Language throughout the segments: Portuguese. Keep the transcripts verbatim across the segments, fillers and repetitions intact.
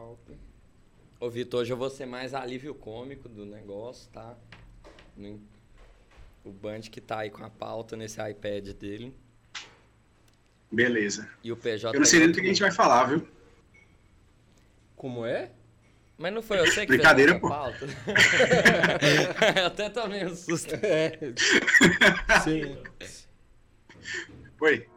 pauta. Ô, Vitor, hoje eu vou ser mais alívio cômico do negócio, tá? O Band que tá aí com a pauta nesse iPad dele. Beleza. E o P J. Eu não sei nem do que a gente vai falar, viu? Como é? Mas não foi eu sei que Brincadeira, fez a pô. pauta? Eu até tomei um susto. É. Sim. Foi.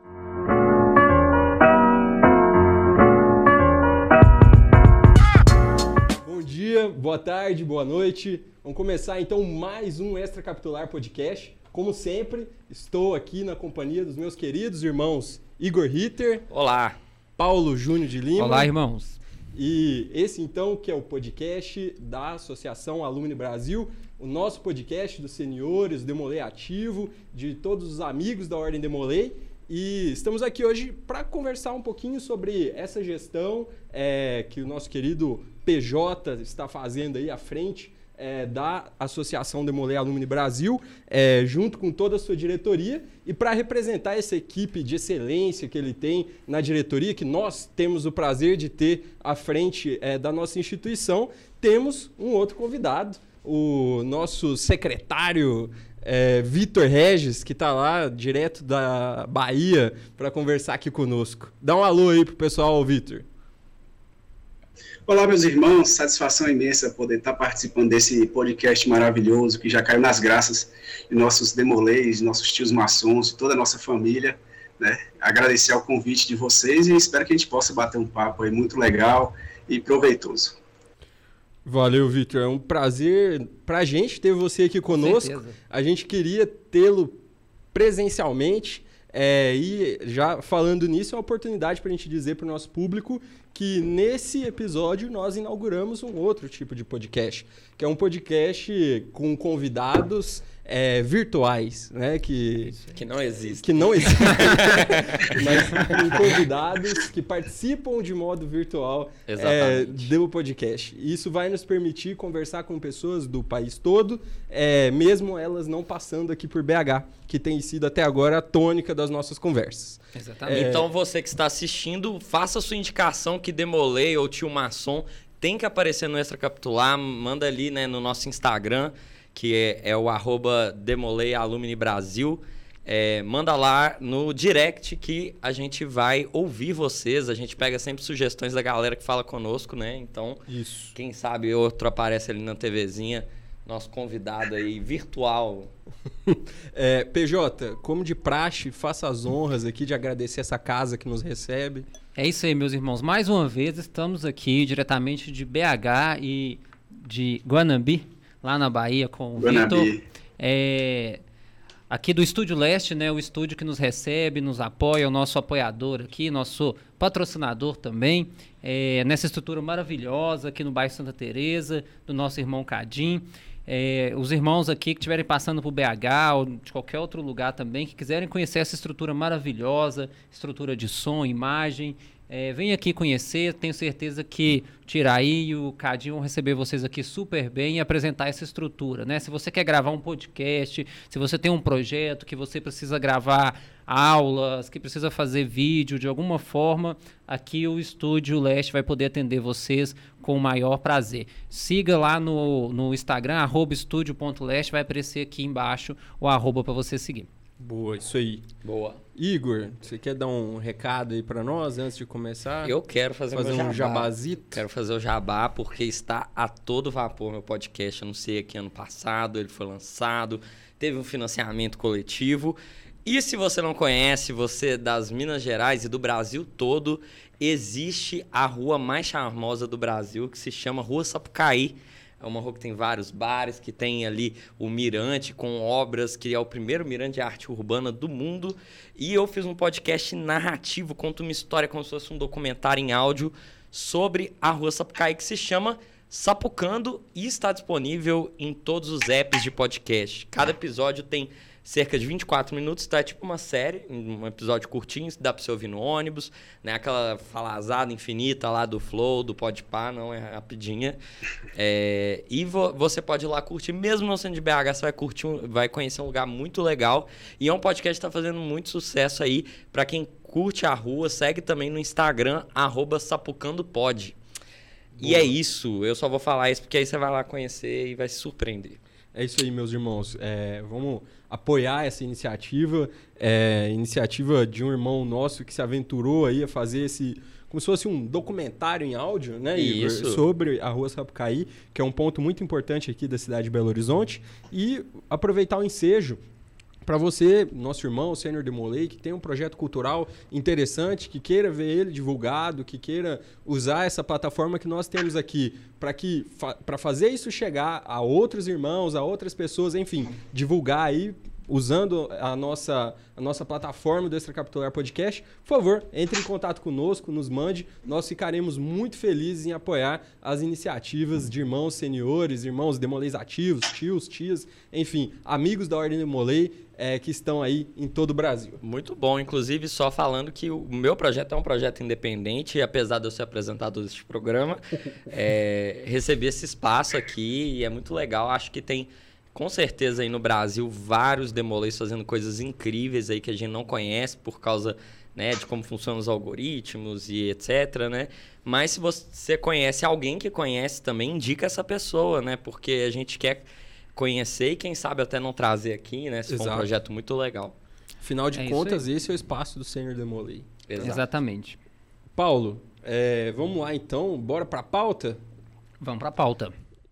Bom dia, boa tarde, boa noite. Vamos começar então mais um Extra Capitular Podcast. Como sempre, estou aqui na companhia dos meus queridos irmãos Igor Ritter. Olá. Paulo Júnior de Lima. Olá, irmãos. E esse então que é o podcast da Associação Alumni Brasil, o nosso podcast dos seniores, do Demolei Ativo, de todos os amigos da Ordem Demolei. E estamos aqui hoje para conversar um pouquinho sobre essa gestão é, que o nosso querido P J está fazendo aí à frente é, da Associação Demolei Alumni Brasil, é, junto com toda a sua diretoria, e para representar essa equipe de excelência que ele tem na diretoria, que nós temos o prazer de ter à frente é, da nossa instituição, temos um outro convidado, o nosso secretário É, Vitor Regis, que está lá direto da Bahia para conversar aqui conosco. Dá um alô aí pro pessoal, Vitor. Olá, meus irmãos, satisfação imensa poder estar participando desse podcast maravilhoso que já caiu nas graças de nossos demoleis, nossos tios maçons, de toda a nossa família, né? Agradecer ao convite de vocês e espero que a gente possa bater um papo aí muito legal e proveitoso. Valeu, Vitor. É um prazer pra gente ter você aqui conosco. Com a gente queria tê-lo presencialmente. É, e já falando nisso, é uma oportunidade para a gente dizer para o nosso público que nesse episódio nós inauguramos um outro tipo de podcast, que é um podcast com convidados é, virtuais, né? Que, que não existe. Que não existe. Mas com convidados que participam de modo virtual é, do podcast. Isso vai nos permitir conversar com pessoas do país todo, é, mesmo elas não passando aqui por B H, que tem sido até agora a tônica das nossas conversas. Exatamente. É... Então você que está assistindo, faça a sua indicação que Demolei ou Tio Maçom tem que aparecer no Extra Capitular, manda ali, né, no nosso Instagram, que é, é o arroba Demolei Alumni Brasil. É, manda lá no direct que a gente vai ouvir vocês. A gente pega sempre sugestões da galera que fala conosco, né? Então, isso. Quem sabe outro aparece ali na TVzinha, nosso convidado aí virtual. é, P J, como de praxe, faça as honras aqui de agradecer essa casa que nos recebe. É isso aí, meus irmãos. Mais uma vez estamos aqui diretamente de B H e de Guanambi, lá na Bahia, com o Vitor. É, aqui do Estúdio Leste, né? O estúdio que nos recebe, nos apoia, o nosso apoiador aqui, nosso patrocinador também. É, nessa estrutura maravilhosa aqui no bairro Santa Teresa, do nosso irmão Cadim. É, os irmãos aqui que estiverem passando por B H ou de qualquer outro lugar também, que quiserem conhecer essa estrutura maravilhosa, estrutura de som, imagem, é, vem aqui conhecer. Tenho certeza que o Tiraí e o Cadinho vão receber vocês aqui super bem e apresentar essa estrutura, né? Se você quer gravar um podcast, se você tem um projeto que você precisa gravar aulas, que precisa fazer vídeo de alguma forma, aqui o Estúdio Leste vai poder atender vocês com o maior prazer. Siga lá no, no Instagram, arroba estúdio ponto leste, vai aparecer aqui embaixo o arroba para você seguir. Boa, isso aí. Boa. Igor, você quer dar um recado aí para nós antes de começar? Eu quero fazer, fazer meu um jabá. jabazito. Quero fazer o jabá porque está a todo vapor meu podcast. Anunciei aqui ano passado, ele foi lançado, teve um financiamento coletivo. E se você não conhece, você das Minas Gerais e do Brasil todo, existe a rua mais charmosa do Brasil, que se chama Rua Sapucaí. É uma rua que tem vários bares, que tem ali o mirante com obras, que é o primeiro mirante de arte urbana do mundo. E eu fiz um podcast narrativo, conto uma história como se fosse um documentário em áudio sobre a Rua Sapucaí, que se chama Sapucando e está disponível em todos os apps de podcast. Cada episódio tem cerca de vinte e quatro minutos, tá? É tipo uma série, um episódio curtinho, dá pra você ouvir no ônibus, né? Aquela falazada infinita lá do Flow, do Podpah, não, é rapidinha. É, e vo, você pode ir lá curtir, mesmo não sendo de B H, você vai curtir, vai conhecer um lugar muito legal. E é um podcast que tá fazendo muito sucesso aí. Pra quem curte a rua, segue também no Instagram, arroba sapucandopod. E Boa. É isso, eu só vou falar isso porque aí você vai lá conhecer e vai se surpreender. É isso aí, meus irmãos. É, vamos apoiar essa iniciativa, é, iniciativa de um irmão nosso que se aventurou aí a fazer esse, como se fosse um documentário em áudio, né, Igor, sobre a Rua Sapucaí, que é um ponto muito importante aqui da cidade de Belo Horizonte, e aproveitar o ensejo para você, nosso irmão, o Sênior Demolei, que tem um projeto cultural interessante, que queira ver ele divulgado, que queira usar essa plataforma que nós temos aqui para que para fazer isso chegar a outros irmãos, a outras pessoas, enfim, divulgar aí usando a nossa, a nossa plataforma do Extracapitular Podcast, por favor, entre em contato conosco, nos mande. Nós ficaremos muito felizes em apoiar as iniciativas de irmãos seniores, irmãos demoleis ativos, tios, tias, enfim, amigos da Ordem Demolei, é, que estão aí em todo o Brasil. Muito bom. Inclusive, só falando que o meu projeto é um projeto independente, e apesar de eu ser apresentador deste programa, é, recebi esse espaço aqui e é muito legal. Acho que tem... Com certeza aí no Brasil, vários demoleis fazendo coisas incríveis aí que a gente não conhece por causa, né, de como funcionam os algoritmos e etc, né? Mas se você conhece alguém que conhece também, indica essa pessoa, né? Porque a gente quer conhecer e quem sabe até não trazer aqui, né? Se for um projeto muito legal. Afinal de é contas, esse é o espaço do Sênior Demolei. Exato. Exatamente. Paulo, é, vamos lá então, bora para a pauta? Vamos para a pauta.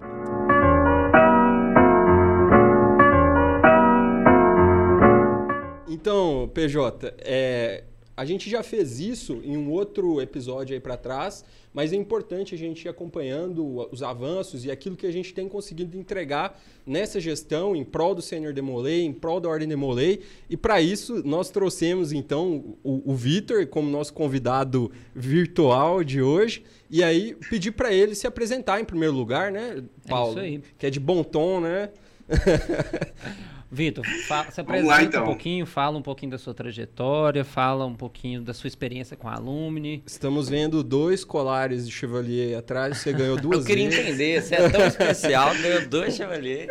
Então, P J, é, a gente já fez isso em um outro episódio aí para trás, mas é importante a gente ir acompanhando os avanços e aquilo que a gente tem conseguido entregar nessa gestão em prol do Sênior Demolei, em prol da Ordem Demolei. E para isso, nós trouxemos então o, o Vitor como nosso convidado virtual de hoje. E aí, pedir para ele se apresentar em primeiro lugar, né, Paulo? É isso aí. Que é de bom tom, né? Vitor, se apresenta lá, então. um pouquinho, fala um pouquinho da sua trajetória, fala um pouquinho da sua experiência com a Alumni. Estamos vendo dois colares de Chevalier atrás, você ganhou duas Eu queria vezes. entender, você é tão especial, ganhou dois Chevalier.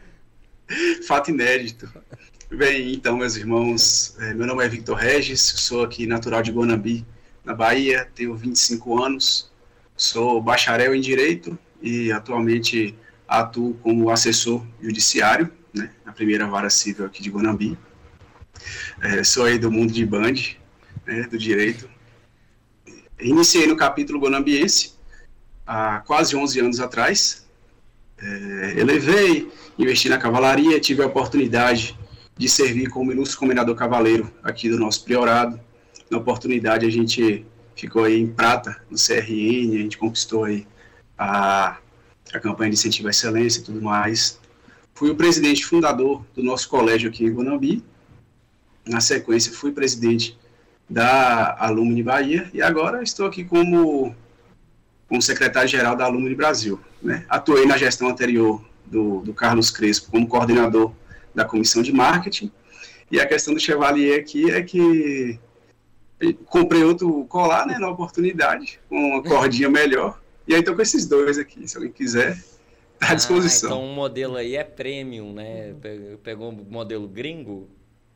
Fato inédito. Bem, então, meus irmãos, meu nome é Victor Regis, sou aqui natural de Guanambi, na Bahia, tenho vinte e cinco anos, sou bacharel em Direito e atualmente atuo como assessor judiciário, né, a primeira vara civil aqui de Guanambi. É, sou aí do mundo de Band, né, do direito. Iniciei no capítulo guanambiense há quase onze anos atrás. É, elevei, investi na cavalaria, tive a oportunidade de servir como ilustre comendador cavaleiro aqui do nosso priorado. Na oportunidade a gente ficou aí em prata no C R N, a gente conquistou aí a, a campanha de incentivo à excelência e tudo mais. Fui o presidente fundador do nosso colégio aqui em Guanambi. Na sequência, fui presidente da Alumni Bahia e agora estou aqui como, como secretário-geral da Alumni Brasil, né? Atuei na gestão anterior do, do Carlos Crespo como coordenador da comissão de marketing. E a questão do Chevalier aqui é que comprei outro colar, né, na oportunidade, com uma cordinha melhor. E aí estou com esses dois aqui, se alguém quiser. Tá à disposição. Ah, então o modelo aí é premium, né? Pegou um modelo gringo?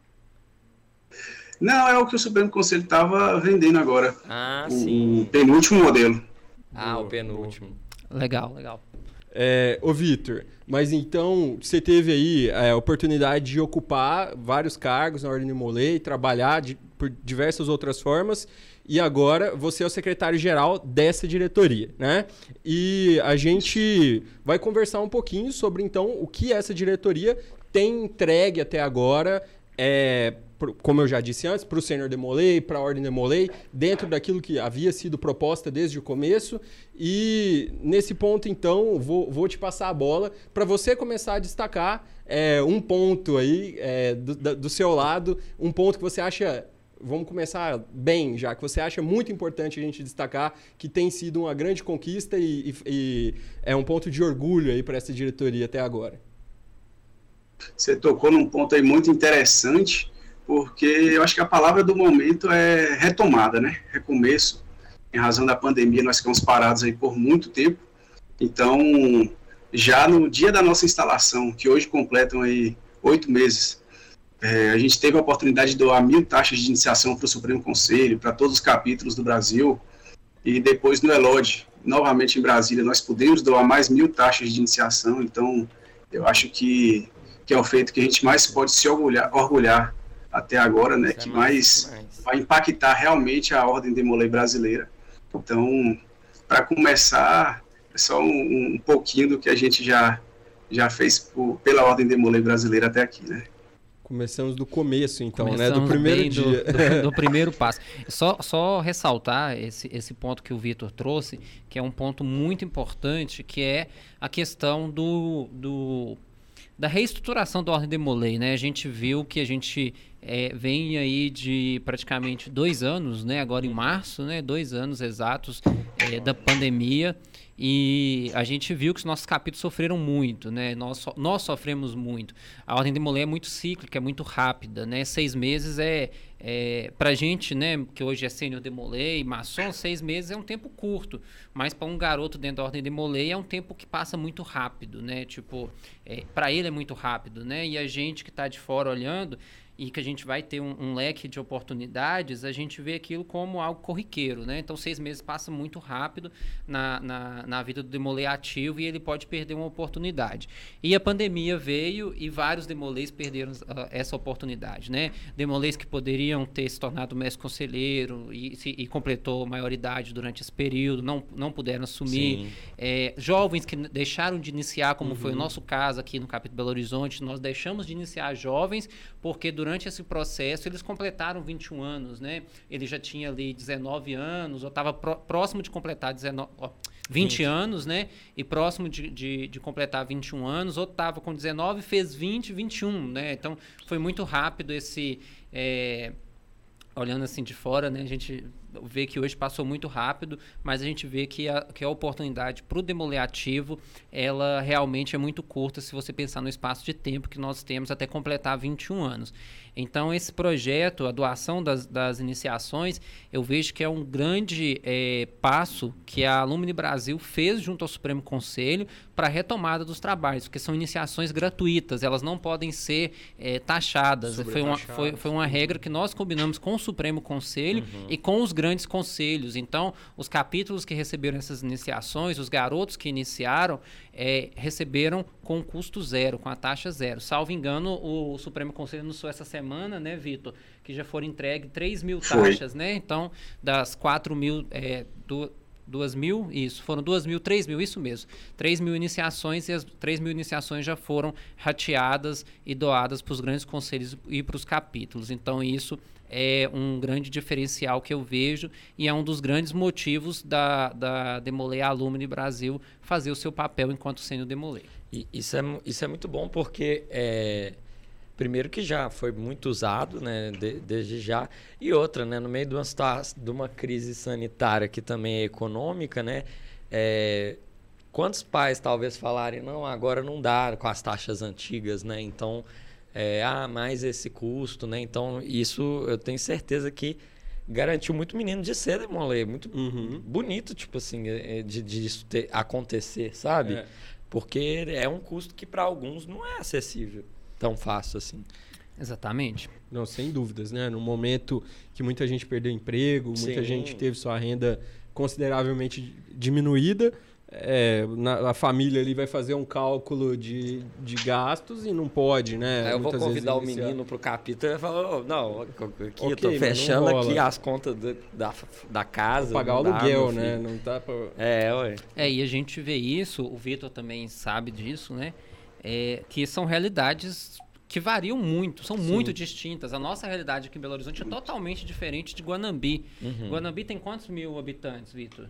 Não, é o que o Supremo Conselho estava vendendo agora. Ah, o sim. penúltimo modelo. Ah, boa, o penúltimo. Boa. Legal, legal. É, ô Vitor, mas então você teve aí a oportunidade de ocupar vários cargos na Ordem Demolei, trabalhar de, por diversas outras formas. E agora você é o secretário-geral dessa diretoria, né? E a gente vai conversar um pouquinho sobre, então, o que essa diretoria tem entregue até agora, é, como eu já disse antes, para o Sênior Demolei, para a Ordem Demolei, dentro daquilo que havia sido proposta desde o começo. E nesse ponto, então, vou, vou te passar a bola para você começar a destacar é, um ponto aí é, do, do seu lado, um ponto que você acha... Vamos começar bem, já que você acha muito importante a gente destacar que tem sido uma grande conquista e, e, e é um ponto de orgulho aí para essa diretoria até agora. Você tocou num ponto aí muito interessante, porque eu acho que a palavra do momento é retomada, né? Recomeço. Em razão da pandemia, nós ficamos parados aí por muito tempo. Então, já no dia da nossa instalação, que hoje completam aí oito meses, É, a gente teve a oportunidade de doar mil taxas de iniciação para o Supremo Conselho, para todos os capítulos do Brasil, e depois no E L O D, novamente em Brasília, nós pudemos doar mais mil taxas de iniciação, então eu acho que, que é o feito que a gente mais pode se orgulhar, orgulhar até agora, né, que mais, mais vai impactar realmente a Ordem Demolei brasileira. Então, para começar, é só um, um pouquinho do que a gente já, já fez por, pela Ordem Demolei brasileira até aqui, né? Começamos do começo, então, Começamos né? Do primeiro dia. Do, do, do primeiro passo. Só, só ressaltar esse, esse ponto que o Vitor trouxe, que é um ponto muito importante, que é a questão do, do, da reestruturação da Ordem Demolei, né? A gente viu que a gente é, vem aí de praticamente dois anos, né? Agora em março, né? Dois anos exatos é, da pandemia. E a gente viu que os nossos capítulos sofreram muito, né? Nós, so, nós sofremos muito. A Ordem Demolei é muito cíclica, é muito rápida, né? Seis meses é, é pra gente, né? Que hoje é sênior Demolei, maçom, seis meses é um tempo curto. Mas para um garoto dentro da Ordem Demolei é um tempo que passa muito rápido, né? Tipo, é, para ele é muito rápido, né? E a gente que está de fora olhando e que a gente vai ter um, um leque de oportunidades, a gente vê aquilo como algo corriqueiro, né? Então, seis meses passa muito rápido na, na, na vida do demolei ativo e ele pode perder uma oportunidade. E a pandemia veio e vários demoleis perderam uh, essa oportunidade, né? Demoleis que poderiam ter se tornado mestre conselheiro e, se, e completou maioridade durante esse período, não, não puderam assumir. É, jovens que deixaram de iniciar, como uhum. foi o nosso caso aqui no Capítulo Belo Horizonte, nós deixamos de iniciar jovens porque durante Durante esse processo, eles completaram vinte e um anos, né? Ele já tinha ali dezenove anos, ou estava próximo de completar dezenove, ó, vinte, vinte anos, né? E próximo de, de, de completar vinte e um anos, ou estava com dezenove, fez vinte, vinte e um, né? Então, foi muito rápido esse... É, olhando assim de fora, né? A gente vê que hoje passou muito rápido, mas a gente vê que a, que a oportunidade para o demolei ativo, ela realmente é muito curta se você pensar no espaço de tempo que nós temos até completar vinte e um anos. Então, esse projeto, a doação das, das iniciações, eu vejo que é um grande é, passo que a Alumni Brasil fez junto ao Supremo Conselho para a retomada dos trabalhos, porque são iniciações gratuitas, elas não podem ser é, taxadas. Foi uma, foi, foi uma regra que nós combinamos com o Supremo Conselho uhum. e com os grandes conselhos. Então, os capítulos que receberam essas iniciações, os garotos que iniciaram, é, receberam com custo zero, com a taxa zero. Salvo engano, o Supremo Conselho anunciou essa semana, né, Vitor, que já foram entregues três mil taxas, né? Então, das quatro mil, é, do, duas mil, isso, foram duas mil, três mil, isso mesmo. três mil iniciações e as três mil iniciações já foram rateadas e doadas para os grandes conselhos e para os capítulos. Então, isso é um grande diferencial que eu vejo e é um dos grandes motivos da, da Demolei Alumni Brasil fazer o seu papel enquanto sênior Demolei. E isso é, isso é muito bom porque, é, primeiro que já foi muito usado, né, de, desde já, e outra, né, no meio de uma, de uma crise sanitária que também é econômica, né, é, quantos pais talvez falarem, não, agora não dá com as taxas antigas, né, então... É, ah, mais esse custo, né? Então, isso eu tenho certeza que garantiu muito menino de ser demolei. Muito uhum. bonito, tipo assim, de, de isso ter, acontecer, sabe? É. Porque é um custo que para alguns não é acessível tão fácil assim. Exatamente. Não, sem dúvidas, né? No momento que muita gente perdeu emprego, muita Sim. gente teve sua renda consideravelmente diminuída, É, na, a família ali vai fazer um cálculo de, de gastos e não pode, né? Aí eu Muitas vou convidar o iniciar... menino pro capítulo e falar, oh, não, aqui okay, eu tô mas fechando aqui as contas do, da, da casa. Vou pagar o aluguel, dá, né? Não tá pra... É, ué. É, e a gente vê isso, o Vitor também sabe disso, né? É, que são realidades que variam muito, são Sim. muito distintas. A nossa realidade aqui em Belo Horizonte é totalmente diferente de Guanambi. Uhum. Guanambi tem quantos mil habitantes, Vitor?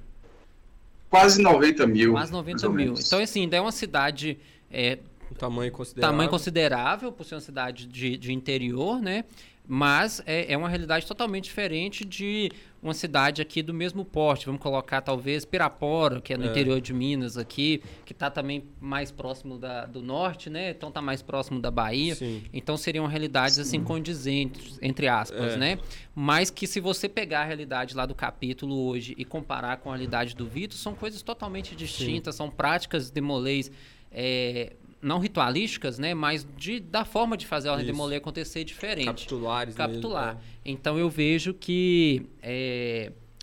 Quase noventa mil. Quase noventa mil. Então, assim, ainda é uma cidade... É, um tamanho considerável. Tamanho considerável, por ser uma cidade de, de interior, né? Mas é, é uma realidade totalmente diferente de uma cidade aqui do mesmo porte. Vamos colocar, talvez, Pirapora, que é no é. interior de Minas aqui, que está também mais próximo da, do norte, né? Então, está mais próximo da Bahia. Sim. Então, seriam realidades, Sim. assim, condizentes, entre aspas, é. né? Mas que, se você pegar a realidade lá do capítulo hoje e comparar com a realidade do Vitor, são coisas totalmente distintas, Sim. são práticas demoleis... É, não ritualísticas, né, mas de, da forma de fazer a ordem demolei acontecer diferente. Capitulares Capitular. Mesmo, é. Então eu vejo que é,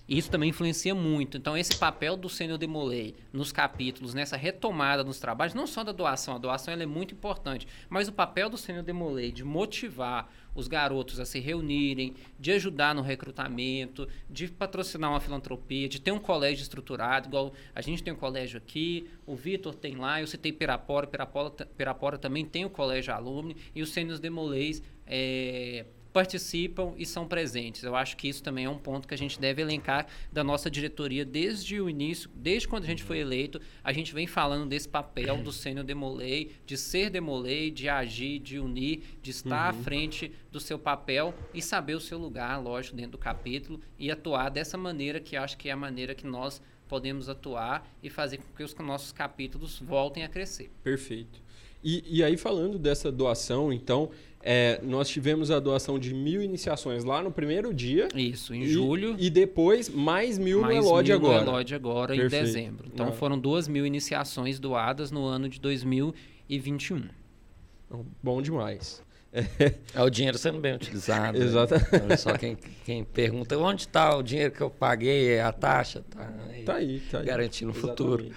Isso também influencia muito. Então, esse papel do Sênior Demolei nos capítulos, nessa retomada nos trabalhos, não só da doação, a doação ela é muito importante, mas o papel do Sênior Demolei de motivar os garotos a se reunirem, de ajudar no recrutamento, de patrocinar uma filantropia, de ter um colégio estruturado, igual a gente tem um colégio aqui, o Vitor tem lá, eu citei Pirapora, Pirapora, Pirapora também tem o colégio alumni, e os Sêniors Demoleis é, participam e são presentes. Eu acho que isso também é um ponto que a gente deve elencar da nossa diretoria desde o início, desde quando a gente foi eleito, a gente vem falando desse papel do Sênior Demolei, de ser Demolei, de agir, de unir, de estar uhum. à frente do seu papel e saber o seu lugar, lógico, dentro do capítulo e atuar dessa maneira que acho que é a maneira que nós podemos atuar e fazer com que os nossos capítulos voltem a crescer. Perfeito. E, e aí, falando dessa doação, então, é, nós tivemos a doação de mil iniciações lá no primeiro dia. Isso, em e, julho. E depois mais mil mais no Elode agora. Mais mil no Elode agora, Perfeito. Em dezembro. Então, Não. foram duas mil iniciações doadas no ano de dois mil e vinte e um. Bom demais. É o dinheiro sendo bem utilizado. Exatamente. Olha só, quem, quem pergunta onde está o dinheiro que eu paguei, a taxa, tá aí, tá aí, tá aí. Garantindo o futuro.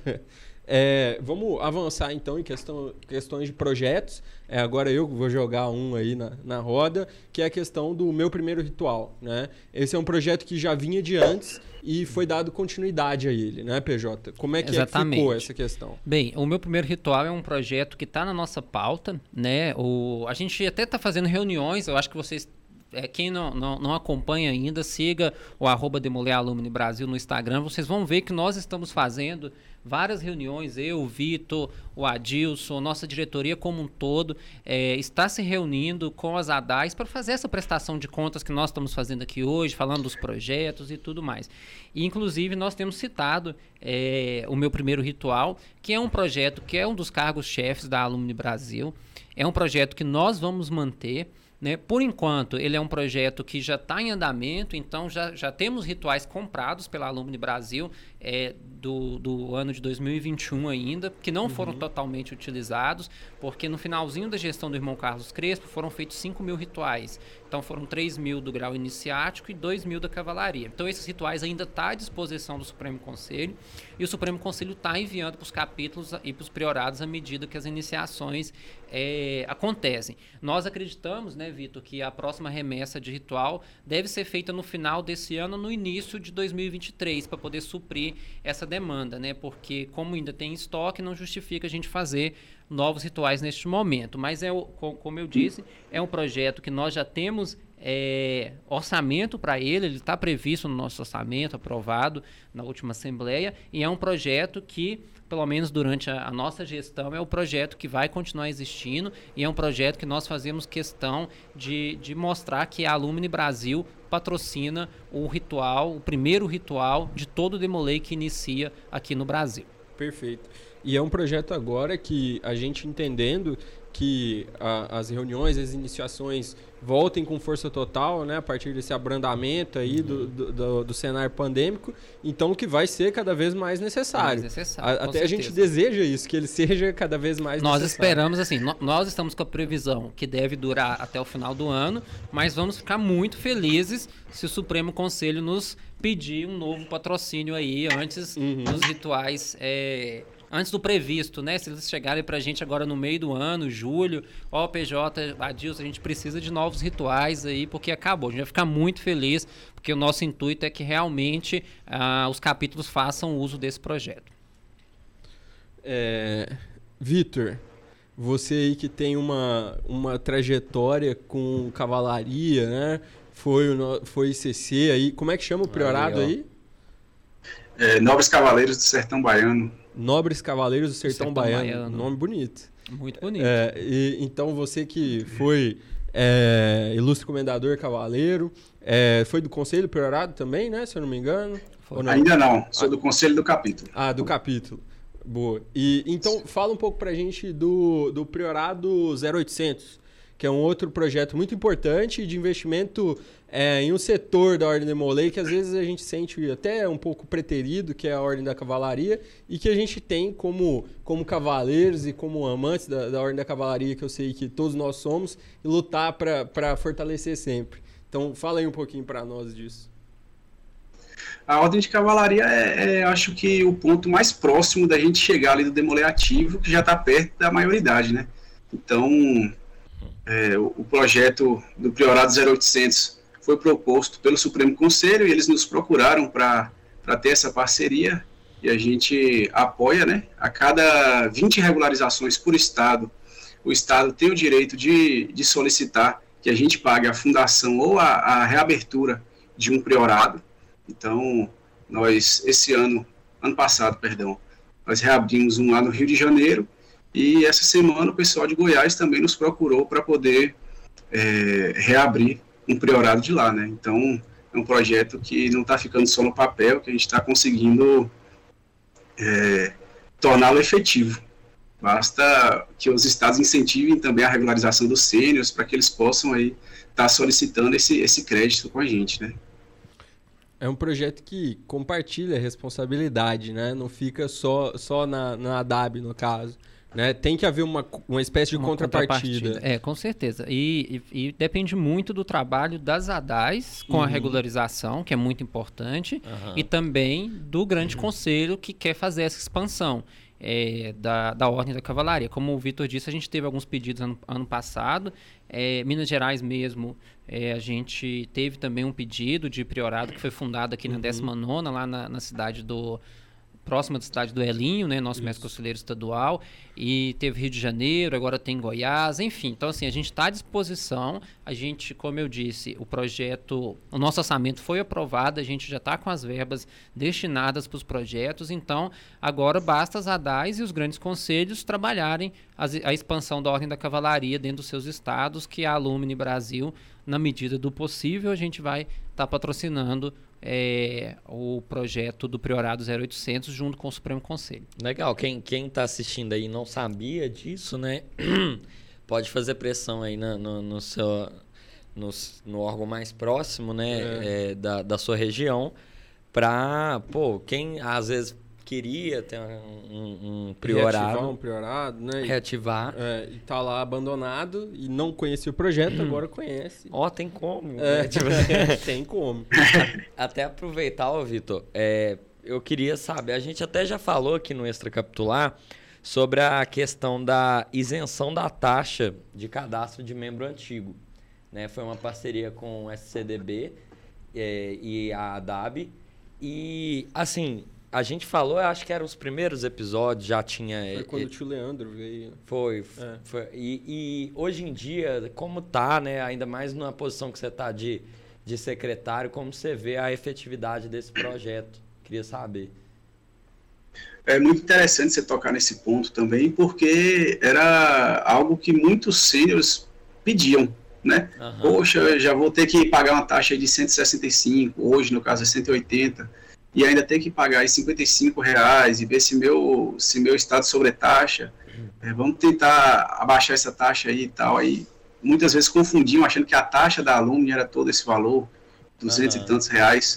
É, vamos avançar então em questão, questões de projetos. É, agora eu vou jogar um aí na, na roda, que é a questão do meu primeiro ritual, né? Esse é um projeto que já vinha de antes e foi dado continuidade a ele, né, P J? Como é que, é que ficou essa questão? Bem, o meu primeiro ritual é um projeto que está na nossa pauta, né? O, a gente até está fazendo reuniões, eu acho que vocês... É, quem não, não, não acompanha ainda, siga o arroba Demolei Alumni Brasil no Instagram. Vocês vão ver que nós estamos fazendo várias reuniões, eu, o Vitor, o Adilson, nossa diretoria como um todo, é, está se reunindo com as A D A Is para fazer essa prestação de contas que nós estamos fazendo aqui hoje, falando dos projetos e tudo mais. E, inclusive, nós temos citado é, o meu primeiro ritual, que é um projeto que é um dos cargos-chefes da Alumni Brasil. É um projeto que nós vamos manter. Né? Por enquanto, ele é um projeto que já está em andamento, então já, já temos rituais comprados pela Alumni Brasil é, do, do ano de dois mil e vinte e um ainda, que não uhum. foram totalmente utilizados, porque no finalzinho da gestão do irmão Carlos Crespo foram feitos cinco mil rituais. Então foram três mil do grau iniciático e dois mil da cavalaria. Então esses rituais ainda estão à disposição do Supremo Conselho e o Supremo Conselho está enviando para os capítulos e para os priorados à medida que as iniciações é, acontecem. Nós acreditamos, né, Vitor, que a próxima remessa de ritual deve ser feita no final desse ano, no início de dois mil e vinte e três, para poder suprir essa demanda, né? Porque como ainda tem estoque, não justifica a gente fazer novos rituais neste momento. Mas, é como eu disse, é um projeto que nós já temos é, orçamento para ele, ele está previsto no nosso orçamento, aprovado na última Assembleia, e é um projeto que, pelo menos durante a, a nossa gestão, é o projeto que vai continuar existindo e é um projeto que nós fazemos questão de, de mostrar que a Alumni Brasil patrocina o ritual, o primeiro ritual de todo o Demolei que inicia aqui no Brasil. Perfeito. E é um projeto agora que a gente entendendo que a, as reuniões, as iniciações voltem com força total, né, a partir desse abrandamento aí do, do, do, do cenário pandêmico, então que vai ser cada vez mais necessário. Mais necessário a, até certeza. A gente deseja isso, que ele seja cada vez mais nós necessário. Nós esperamos, assim, no, nós estamos com a previsão que deve durar até o final do ano, mas vamos ficar muito felizes se o Supremo Conselho nos pedir um novo patrocínio aí antes uhum. dos rituais... É, antes do previsto, né? Se eles chegarem pra gente agora no meio do ano, julho, ó, P J, Adilson, a gente precisa de novos rituais aí, porque acabou. A gente vai ficar muito feliz, porque o nosso intuito é que realmente ah, os capítulos façam uso desse projeto. É, Vitor, você aí que tem uma, uma trajetória com cavalaria, né? Foi o foi I C C aí. Como é que chama o priorado aí? É, Nobres Cavaleiros do Sertão Baiano. Nobres Cavaleiros do Sertão, Sertão Baiano. Baiano. Nome bonito. Muito bonito. É, e, então, você que foi é, ilustre comendador cavaleiro, é, foi do Conselho Priorado também, né? Se eu não me engano. Não? Ainda não, sou do Conselho do Capítulo. Ah, do Capítulo. Boa. E, então, fala um pouco pra gente do, do Priorado zero oitocentos, que é um outro projeto muito importante de investimento é, em um setor da Ordem Demolei que às vezes a gente sente até um pouco preterido, que é a Ordem da Cavalaria, e que a gente tem como, como cavaleiros e como amantes da, da Ordem da Cavalaria, que eu sei que todos nós somos, e lutar para fortalecer sempre. Então, fala aí um pouquinho para nós disso. A ordem de cavalaria é, é, acho que, o ponto mais próximo da gente chegar ali do Demolei ativo, que já está perto da maioridade, né? Então, é, o, o projeto do Priorado zero oitocentos foi proposto pelo Supremo Conselho e eles nos procuraram para ter essa parceria e a gente apoia, né? A cada vinte regularizações por estado, o estado tem o direito de, de solicitar que a gente pague a fundação ou a, a reabertura de um priorado. Então, nós, esse ano, ano passado, perdão, nós reabrimos um lá no Rio de Janeiro e essa semana o pessoal de Goiás também nos procurou para poder é, reabrir um priorado de lá, né? Então, é um projeto que não está ficando só no papel, que a gente está conseguindo é, torná-lo efetivo. Basta que os estados incentivem também a regularização dos sêniores para que eles possam aí estar solicitando esse, esse crédito com a gente, né? É um projeto que compartilha a responsabilidade, né? Não fica só, só na, na A D A B, no caso. Né? Tem que haver uma, uma espécie de uma contrapartida. contrapartida. É, com certeza. E, e, e depende muito do trabalho das A D As com uhum. a regularização, que é muito importante, uhum. e também do grande uhum. conselho que quer fazer essa expansão é, da, da Ordem da Cavalaria. Como o Vitor disse, a gente teve alguns pedidos ano, ano passado. É, Minas Gerais mesmo, é, a gente teve também um pedido de priorado que foi fundado aqui na uhum. décima nona, lá na, na cidade do... próxima da cidade do Elinho, né, nosso mestre conselheiro estadual, e teve Rio de Janeiro, agora tem Goiás, enfim. Então, assim, a gente está à disposição, a gente, como eu disse, o projeto, o nosso orçamento foi aprovado, a gente já está com as verbas destinadas para os projetos, então, agora basta as A D As e os grandes conselhos trabalharem a, a expansão da Ordem da Cavalaria dentro dos seus estados, que a Alumni Brasil, na medida do possível, a gente vai estar tá patrocinando É, o projeto do Priorado zero oitocentos junto com o Supremo Conselho. Legal, quem quem está assistindo aí não sabia disso, né? Pode fazer pressão aí no, no, no seu no, no órgão mais próximo, né? É. É, da, da sua região, para, pô, quem às vezes queria ter um, um, um priorado. Reativar um priorado, né? Reativar. É, e tá lá abandonado e não conhecia o projeto, agora conhece. Ó, oh, tem como. É, né? tipo... tem como. Até aproveitar, ô Vitor, é, eu queria saber, a gente até já falou aqui no Extra Capitular sobre a questão da isenção da taxa de cadastro de membro antigo. Né? Foi uma parceria com o S C D B é, e a A D A B. E, assim... A gente falou, eu acho que eram os primeiros episódios, já tinha... Foi quando o tio Leandro veio. Foi. É. foi e, e hoje em dia, como tá, né? Ainda mais numa posição que você tá de, de secretário, como você vê a efetividade desse projeto? Queria saber. É muito interessante você tocar nesse ponto também, porque era algo que muitos sêniores pediam, né? Uhum. Poxa, eu já vou ter que pagar uma taxa de cento e sessenta e cinco, hoje no caso é cento e oitenta, e ainda ter que pagar aí cinquenta e cinco reais e ver se meu, se meu estado sobretaxa, é, vamos tentar abaixar essa taxa aí e tal. Aí muitas vezes confundiam, achando que a taxa da Alumni era todo esse valor, duzentos uhum. e tantos reais.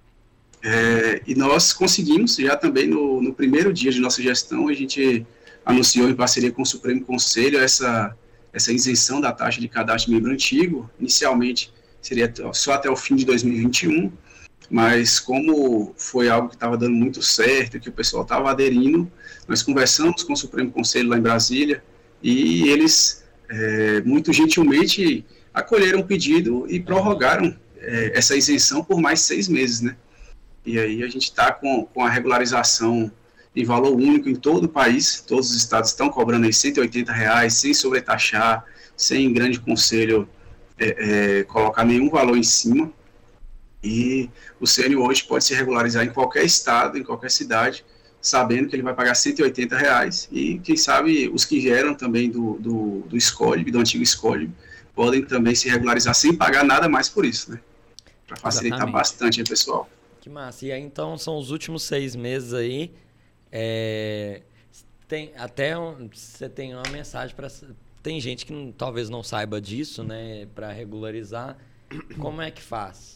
É, e nós conseguimos, já também no, no primeiro dia de nossa gestão, a gente anunciou em parceria com o Supremo Conselho essa, essa isenção da taxa de cadastro de membro antigo. Inicialmente seria só até o fim de dois mil e vinte e um, mas como foi algo que estava dando muito certo, que o pessoal estava aderindo, nós conversamos com o Supremo Conselho lá em Brasília e eles é, muito gentilmente acolheram o pedido e prorrogaram é, essa isenção por mais seis meses, né? E aí a gente está com, com a regularização em valor único em todo o país, todos os estados estão cobrando aí cento e oitenta reais, sem sobretaxar, sem grande conselho é, é, colocar nenhum valor em cima. E o sênior hoje pode se regularizar em qualquer estado, em qualquer cidade, sabendo que ele vai pagar cento e oitenta reais. E quem sabe os que vieram também do, do, do Escolhe, do antigo Escolhe, podem também se regularizar sem pagar nada mais por isso, né? Para facilitar Exatamente. Bastante, hein, pessoal. Que massa. E aí, então, são os últimos seis meses aí. É... Tem, até um, você tem uma mensagem para... Tem gente que não, talvez não saiba disso, né? Para regularizar. Como é que faz?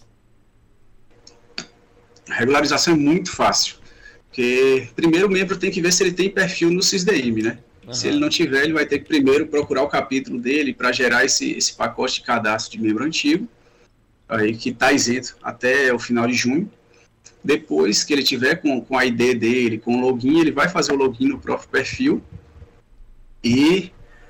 A regularização é muito fácil, porque primeiro o membro tem que ver se ele tem perfil no SysDM, né? Uhum. Se ele não tiver, ele vai ter que primeiro procurar o capítulo dele para gerar esse, esse pacote de cadastro de membro antigo, aí que está isento até o final de junho. Depois que ele tiver com, com a I D dele, com o login, ele vai fazer o login no próprio perfil e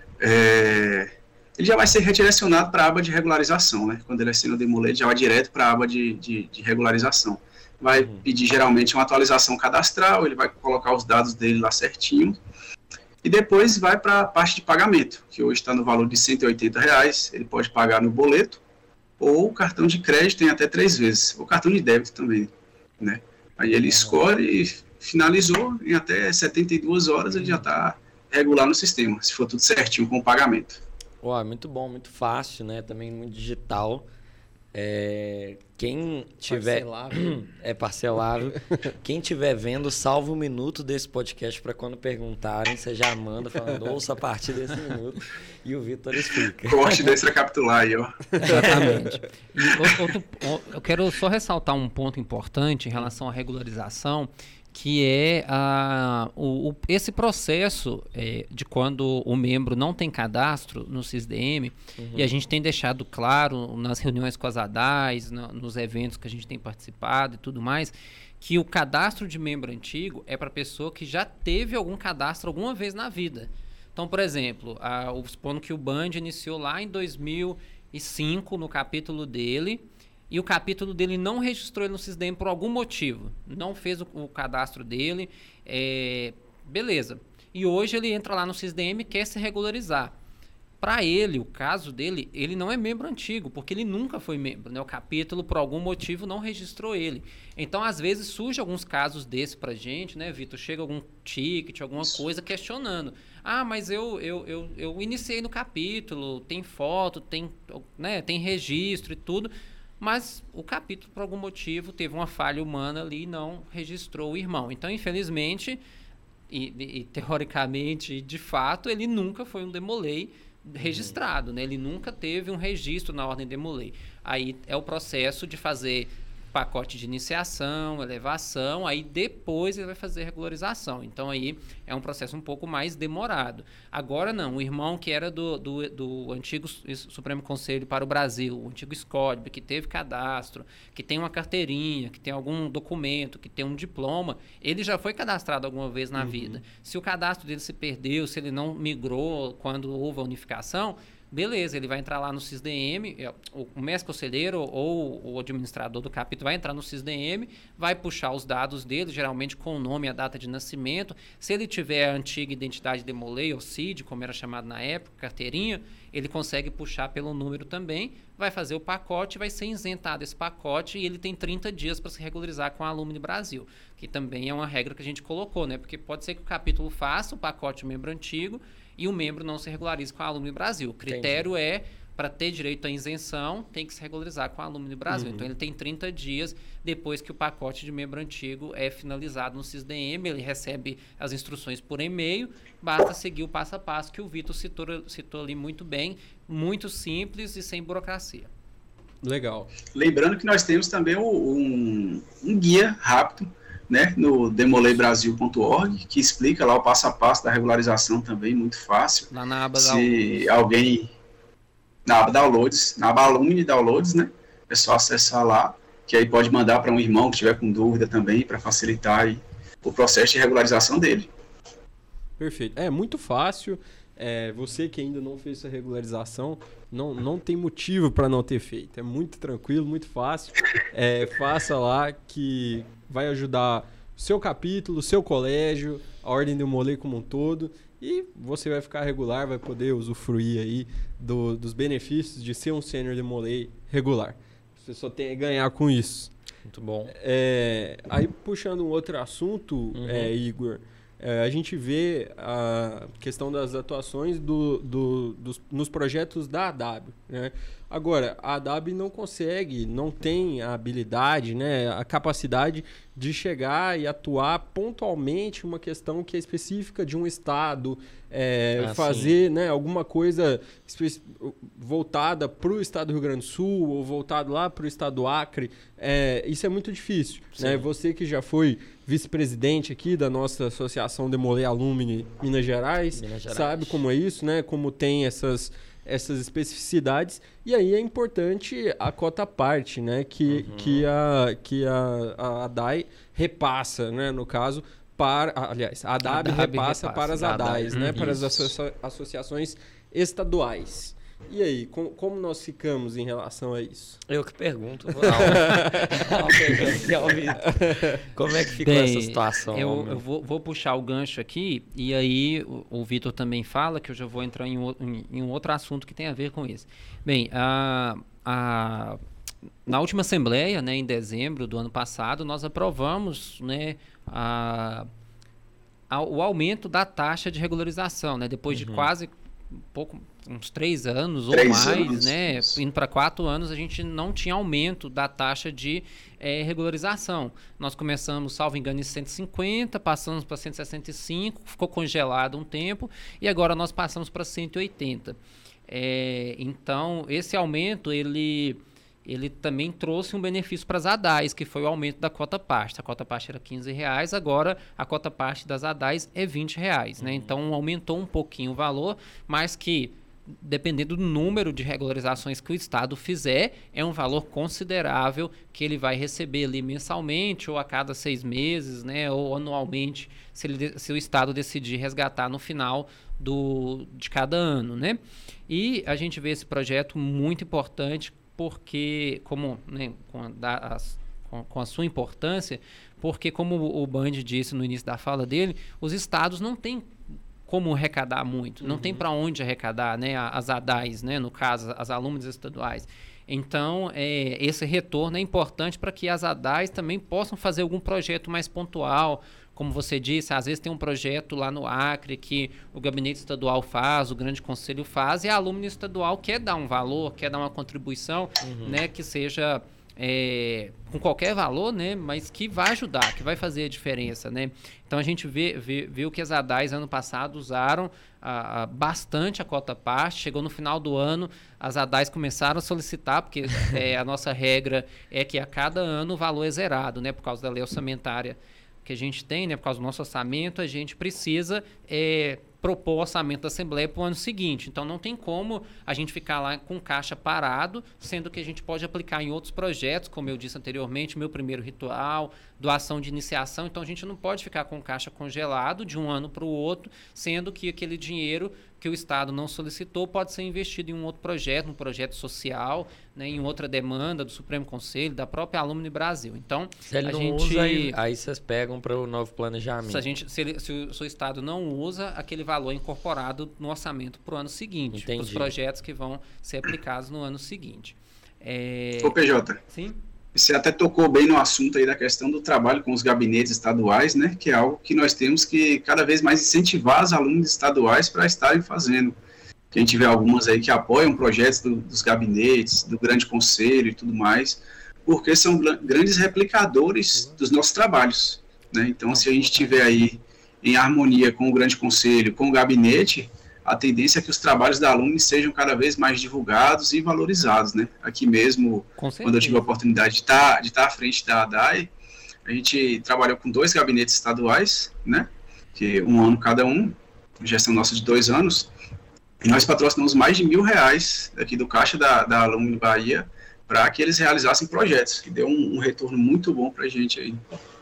é, ele já vai ser redirecionado para a aba de regularização, né? Quando ele assina o Demolay, ele já vai direto para a aba de, de, de regularização. Vai uhum. pedir geralmente uma atualização cadastral, ele vai colocar os dados dele lá certinho, e depois vai para a parte de pagamento, que hoje está no valor de cento e oitenta reais, ele pode pagar no boleto, ou cartão de crédito tem até três vezes, ou cartão de débito também, né? Aí ele escolhe e finalizou, em até setenta e duas horas ele já está regular no sistema, se for tudo certinho com o pagamento. Ué, muito bom, muito fácil, né? Também muito digital. É, quem tiver parcelável. é parcelável. Quem tiver vendo, salva um minuto desse podcast para quando perguntarem, você já manda falando, ouça a partir desse minuto e o Vitor explica. Corte desse recapitular aí, ó. Exatamente. E outro, eu quero só ressaltar um ponto importante em relação à regularização, que é a, o, o, esse processo é, de quando o membro não tem cadastro no SysDM, uhum. e a gente tem deixado claro nas reuniões com as A D A Is, no, nos eventos que a gente tem participado e tudo mais, que o cadastro de membro antigo é para pessoa que já teve algum cadastro alguma vez na vida. Então, por exemplo, a, o, supondo que o Band iniciou lá em dois mil e cinco, no capítulo dele, e o capítulo dele não registrou ele no SysDM por algum motivo. Não fez o, o cadastro dele. É, beleza. E hoje ele entra lá no SysDM e quer se regularizar. Para ele, o caso dele, ele não é membro antigo, porque ele nunca foi membro, né? O capítulo, por algum motivo, não registrou ele. Então, às vezes, surge alguns casos desses pra gente, né, Vitor? Chega algum ticket, alguma coisa questionando. Ah, mas eu, eu, eu, eu iniciei no capítulo, tem foto, tem, né, tem registro e tudo... Mas o capítulo, por algum motivo, teve uma falha humana ali e não registrou o irmão. Então, infelizmente, e, e, e teoricamente, de fato, ele nunca foi um Demolay registrado, uhum. né? Ele nunca teve um registro na ordem Demolay. Aí é o processo de fazer pacote de iniciação, elevação, aí depois ele vai fazer regularização. Então aí é um processo um pouco mais demorado. Agora não, o irmão que era do, do, do antigo Supremo Conselho para o Brasil, o antigo S C O D B, que teve cadastro, que tem uma carteirinha, que tem algum documento, que tem um diploma, ele já foi cadastrado alguma vez na uhum. vida. Se o cadastro dele se perdeu, se ele não migrou quando houve a unificação, beleza, ele vai entrar lá no SysDM, o mestre conselheiro ou o administrador do capítulo vai entrar no SysDM, vai puxar os dados dele, geralmente com o nome e a data de nascimento. Se ele tiver a antiga identidade Demolay ou C I D, como era chamado na época, carteirinha, ele consegue puxar pelo número também, vai fazer o pacote, vai ser isentado esse pacote e ele tem trinta dias para se regularizar com a Alumni Brasil, que também é uma regra que a gente colocou, né? Porque pode ser que o capítulo faça o pacote membro antigo e o membro não se regularize com a Alumni Brasil. O critério Entendi. é, para ter direito à isenção, tem que se regularizar com a Alumni Brasil. Uhum. Então, ele tem trinta dias depois que o pacote de membro antigo é finalizado no SysDM, ele recebe as instruções por e-mail, basta seguir o passo a passo que o Vitor citou, citou ali muito bem, muito simples e sem burocracia. Legal. Lembrando que nós temos também um, um guia rápido, né, no demolay brasil ponto org, que explica lá o passo a passo da regularização também, muito fácil. Lá na aba Se Downloads. alguém... Na aba Downloads, na aba Alumni Downloads, né, é só acessar lá, que aí pode mandar para um irmão que estiver com dúvida também, para facilitar aí o processo de regularização dele. Perfeito. É muito fácil. É, você que ainda não fez essa regularização, não, não tem motivo para não ter feito. É muito tranquilo, muito fácil. É, faça lá que vai ajudar o seu capítulo, o seu colégio, a Ordem Demolay como um todo. E você vai ficar regular, vai poder usufruir aí do, dos benefícios de ser um Sênior Demolay regular. Você só tem a ganhar com isso. Muito bom. É, aí, puxando um outro assunto, uhum. é, Igor... É, a gente vê a questão das atuações do, do, dos, nos projetos da A D A B, né? Agora, a A D A B não consegue, não tem a habilidade, né, a capacidade de chegar e atuar pontualmente uma questão que é específica de um estado, é, ah, fazer, né, alguma coisa voltada para o estado do Rio Grande do Sul ou voltado lá para o estado do Acre. É, isso é muito difícil, né? Você que já foi vice-presidente aqui da nossa associação Demolay Alumni Minas Gerais, Minas Gerais, sabe como é isso, né? Como tem essas, essas especificidades, e aí é importante a cota parte, né, que, uhum. que, a, que a, a ADAI repassa, né, no caso, para, aliás, a ADAB, a ADAB repassa, repassa para as ADAIs, né, para as associa- associações estaduais. E aí, com, como nós ficamos em relação a isso? Eu que pergunto. Não. Como é que ficou Bem, essa situação? Eu, eu vou, vou puxar o gancho aqui, e aí o, o Vitor também fala, que eu já vou entrar em, em, em um outro assunto que tem a ver com isso. Bem, a, a, na última assembleia, né, em dezembro do ano passado, nós aprovamos, né, a, a, o aumento da taxa de regularização, né, depois uhum. de quase um pouco... uns três anos três ou mais, anos, né? Isso. Indo para quatro anos, a gente não tinha aumento da taxa de é, regularização. Nós começamos, salvo engano, em cento e cinquenta, passamos para cento e sessenta e cinco, ficou congelado um tempo, e agora nós passamos para cento e oitenta. É, então, esse aumento, ele... ele também trouxe um benefício para as ADAIs, que foi o aumento da cota parte. A cota parte era quinze reais, agora a cota parte das ADAIs é vinte reais, né? Uhum. Então, aumentou um pouquinho o valor, mas que, dependendo do número de regularizações que o Estado fizer, é um valor considerável que ele vai receber ali mensalmente, ou a cada seis meses, né? Ou anualmente, se, ele, se o Estado decidir resgatar no final do, de cada ano, né? E a gente vê esse projeto muito importante, porque, como, né, com, a, da, as, com, com a sua importância, porque, como o, o Band disse no início da fala dele, os estados não têm como arrecadar muito, uhum. não tem para onde arrecadar, né, as ADAIs, né, no caso, as alumnas estaduais. Então, é, esse retorno é importante para que as ADAIs também possam fazer algum projeto mais pontual. Como você disse, às vezes tem um projeto lá no Acre que o gabinete estadual faz, o grande conselho faz, e a alumna estadual quer dar um valor, quer dar uma contribuição, uhum. né, que seja é, com qualquer valor, né, mas que vai ajudar, que vai fazer a diferença, né? Então a gente vê, vê, viu que as ADAIs ano passado usaram a, a, bastante a cota parte, chegou no final do ano, as ADAIs começaram a solicitar, porque é, a nossa regra é que a cada ano o valor é zerado, né, por causa da lei orçamentária que a gente tem, né, por causa do nosso orçamento, a gente precisa é, propor o orçamento da Assembleia para o ano seguinte. Então, não tem como a gente ficar lá com caixa parado, sendo que a gente pode aplicar em outros projetos, como eu disse anteriormente, meu primeiro ritual, doação de iniciação. Então, a gente não pode ficar com caixa congelado de um ano para o outro, sendo que aquele dinheiro que o Estado não solicitou pode ser investido em um outro projeto, um projeto social, né, em outra demanda do Supremo Conselho, da própria Alumni Brasil. Então, se ele a não gente... usa, aí, aí vocês pegam para o novo planejamento. Se, a gente, se, ele, se, o, se o Estado não usa, aquele valor é incorporado no orçamento para o ano seguinte, para os projetos que vão ser aplicados no ano seguinte. É... Ô, P J, sim? Você até tocou bem no assunto aí da questão do trabalho com os gabinetes estaduais, né, que é algo que nós temos que cada vez mais incentivar os alunos estaduais para estarem fazendo. Que a gente vê algumas aí que apoiam projetos do, dos gabinetes, do grande conselho e tudo mais, porque são grandes replicadores dos nossos trabalhos, né? Então, se a gente estiver aí em harmonia com o grande conselho, com o gabinete, a tendência é que os trabalhos da Alumni sejam cada vez mais divulgados e valorizados, né? Aqui mesmo, quando eu tive a oportunidade de estar, de estar à frente da ADAI, a gente trabalhou com dois gabinetes estaduais, né? Que um ano cada um, gestão nossa de dois anos, e nós patrocinamos mais de mil reais aqui do caixa da, da Alumni Bahia para que eles realizassem projetos, que deu um, um retorno muito bom para a gente aí.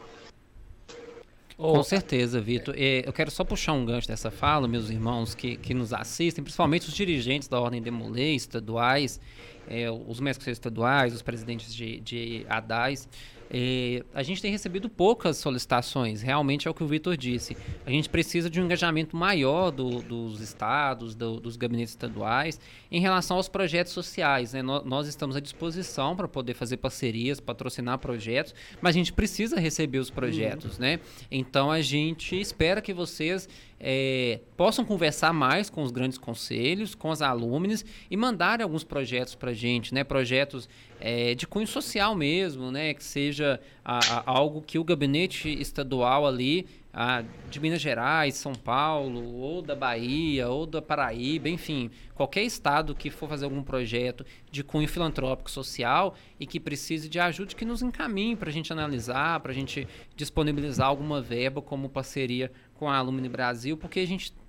Com certeza, Vitor. Eu quero só puxar um gancho dessa fala, meus irmãos que, que nos assistem, principalmente os dirigentes da Ordem Demolei, estaduais, é, os mestres estaduais, os presidentes de, de ADAIs. É, a gente tem recebido poucas solicitações, realmente é o que o Vitor disse. A gente precisa de um engajamento maior do, dos estados, do, dos gabinetes estaduais, em relação aos projetos sociais, né? Nós, nós estamos à disposição para poder fazer parcerias, patrocinar projetos, mas a gente precisa receber os projetos, uhum. né? Então a gente espera que vocês é, possam conversar mais com os grandes conselhos, com as alumnas e mandarem alguns projetos para a gente, né? Projetos é, de cunho social mesmo, né? Que seja a, a, algo que o gabinete estadual ali, a, de Minas Gerais, São Paulo, ou da Bahia, ou da Paraíba, enfim, qualquer estado que for fazer algum projeto de cunho filantrópico social e que precise de ajuda, que nos encaminhe para a gente analisar, para a gente disponibilizar alguma verba como parceria com a Alumni Brasil, porque a gente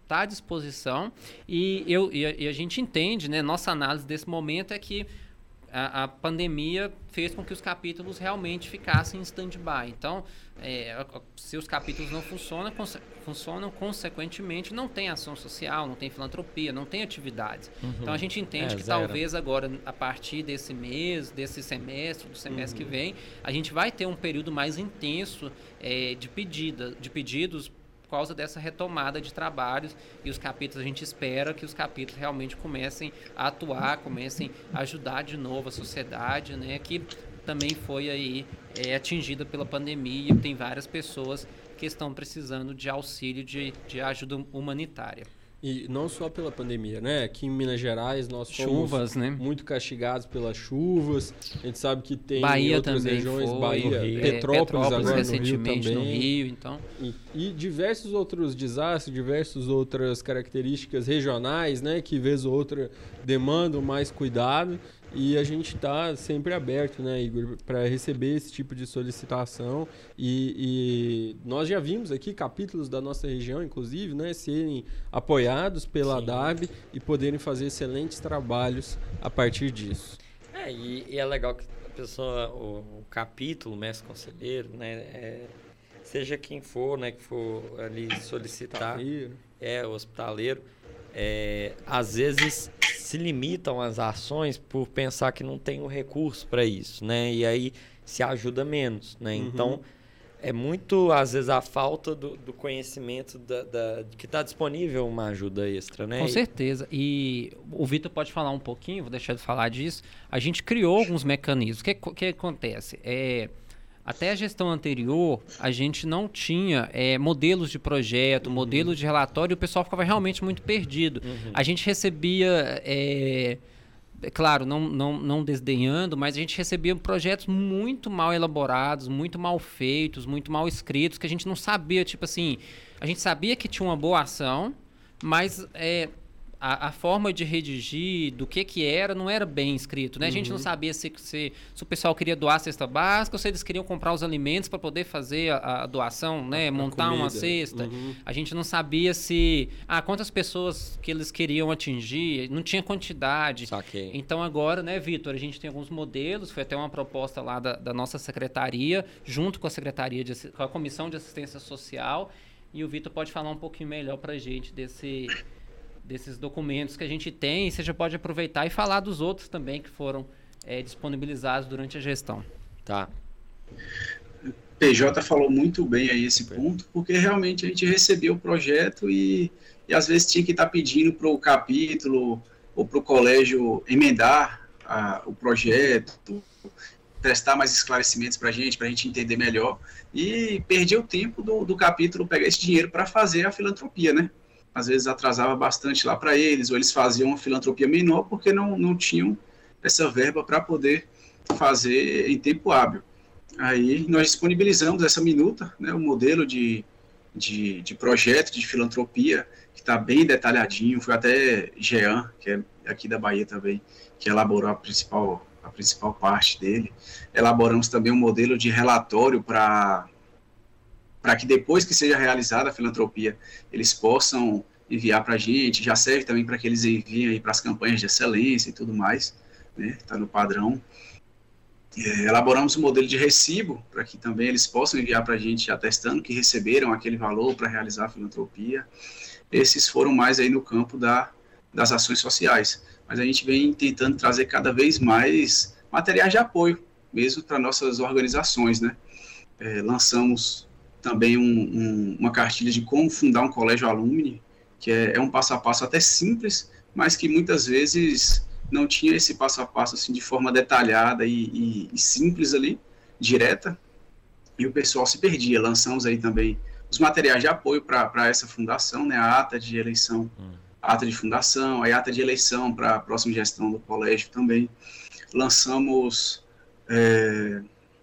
está à disposição e, eu, e, a, e a gente entende, né, nossa análise desse momento é que a, a pandemia fez com que os capítulos realmente ficassem em stand-by. Então, é, se os capítulos não funcionam, conse- funcionam, consequentemente, não tem ação social, não tem filantropia, não tem atividades. Uhum. Então, a gente entende é, que zero. talvez agora, a partir desse mês, desse semestre, do semestre uhum. que vem, a gente vai ter um período mais intenso é, de, pedida, de pedidos por causa dessa retomada de trabalhos, e os capítulos, a gente espera que os capítulos realmente comecem a atuar, comecem a ajudar de novo a sociedade, né, que também foi aí é, atingida pela pandemia e tem várias pessoas que estão precisando de auxílio de, de ajuda humanitária. E não só pela pandemia, né? Aqui em Minas Gerais nós somos chuvas, né? muito castigados pelas chuvas. A gente sabe que tem Bahia outras também regiões, foi, Bahia, Rio, Petrópolis, Petrópolis agora recentemente no Rio também. no Rio, então. E, e diversos outros desastres, diversas outras características regionais, né? Que vez ou outra demandam mais cuidado. E a gente está sempre aberto, né, Igor, para receber esse tipo de solicitação. E, e nós já vimos aqui capítulos da nossa região, inclusive, né, serem apoiados pela Sim. D A B e poderem fazer excelentes trabalhos a partir disso. É, e, e é legal que a pessoa, o, o capítulo, o mestre conselheiro, né, é, seja quem for, né, que for ali solicitar, hospitaleiro. é, o hospitaleiro, é, às vezes se limitam às ações por pensar que não tem o recurso para isso, né? E aí se ajuda menos, né? Uhum. Então, é muito, às vezes, a falta do, do conhecimento da, da, que está disponível uma ajuda extra, né? Com certeza. E o Vitor pode falar um pouquinho, vou deixar de falar disso. A gente criou alguns mecanismos. O que, que acontece? É... Até a gestão anterior, a gente não tinha é, modelos de projeto, uhum. modelos de relatório, e o pessoal ficava realmente muito perdido. Uhum. A gente recebia, é, é claro, não, não, não desdenhando, mas a gente recebia projetos muito mal elaborados, muito mal feitos, muito mal escritos, que a gente não sabia, tipo assim, a gente sabia que tinha uma boa ação, mas... É, A, a forma de redigir, do que que era, não era bem escrito, né? Uhum. A gente não sabia se, se, se o pessoal queria doar a cesta básica ou se eles queriam comprar os alimentos para poder fazer a, a doação, né? A, montar a uma cesta. Uhum. A gente não sabia se... Ah, quantas pessoas que eles queriam atingir, não tinha quantidade. Saquei. Então agora, né, Vitor, a gente tem alguns modelos, foi até uma proposta lá da, da nossa secretaria, junto com a Secretaria, de, com a Comissão de Assistência Social, e o Vitor pode falar um pouquinho melhor para a gente desse... desses documentos que a gente tem, e você já pode aproveitar e falar dos outros também que foram é, disponibilizados durante a gestão. Tá. P J falou muito bem aí esse ponto, porque realmente a gente recebeu o projeto e, e às vezes tinha que estar pedindo para o capítulo ou para o colégio emendar a, o projeto, prestar mais esclarecimentos para a gente, para a gente entender melhor, e perdia o tempo do, do capítulo pegar esse dinheiro para fazer a filantropia, né? Às vezes atrasava bastante lá para eles, ou eles faziam uma filantropia menor porque não, não tinham essa verba para poder fazer em tempo hábil. Aí nós disponibilizamos essa minuta, né, o modelo de, de, de projeto de filantropia, que está bem detalhadinho, foi até Jean, que é aqui da Bahia também, que elaborou a principal, a principal parte dele. Elaboramos também um modelo de relatório para... para que depois que seja realizada a filantropia, eles possam enviar para a gente, já serve também para que eles enviem para as campanhas de excelência e tudo mais, né? Está no padrão. É, elaboramos um modelo de recibo, para que também eles possam enviar para a gente atestando que receberam aquele valor para realizar a filantropia. Esses foram mais aí no campo da, das ações sociais, mas a gente vem tentando trazer cada vez mais materiais de apoio, mesmo para nossas organizações, né? É, lançamos também um, um, uma cartilha de como fundar um colégio alumni, que é, é um passo a passo até simples, mas que muitas vezes não tinha esse passo a passo assim, de forma detalhada e, e, e simples ali, direta, e o pessoal se perdia. Lançamos aí também os materiais de apoio para essa fundação, né, a ata de eleição, hum. a ata de fundação, a ata de eleição para a próxima gestão do colégio também. Lançamos... É,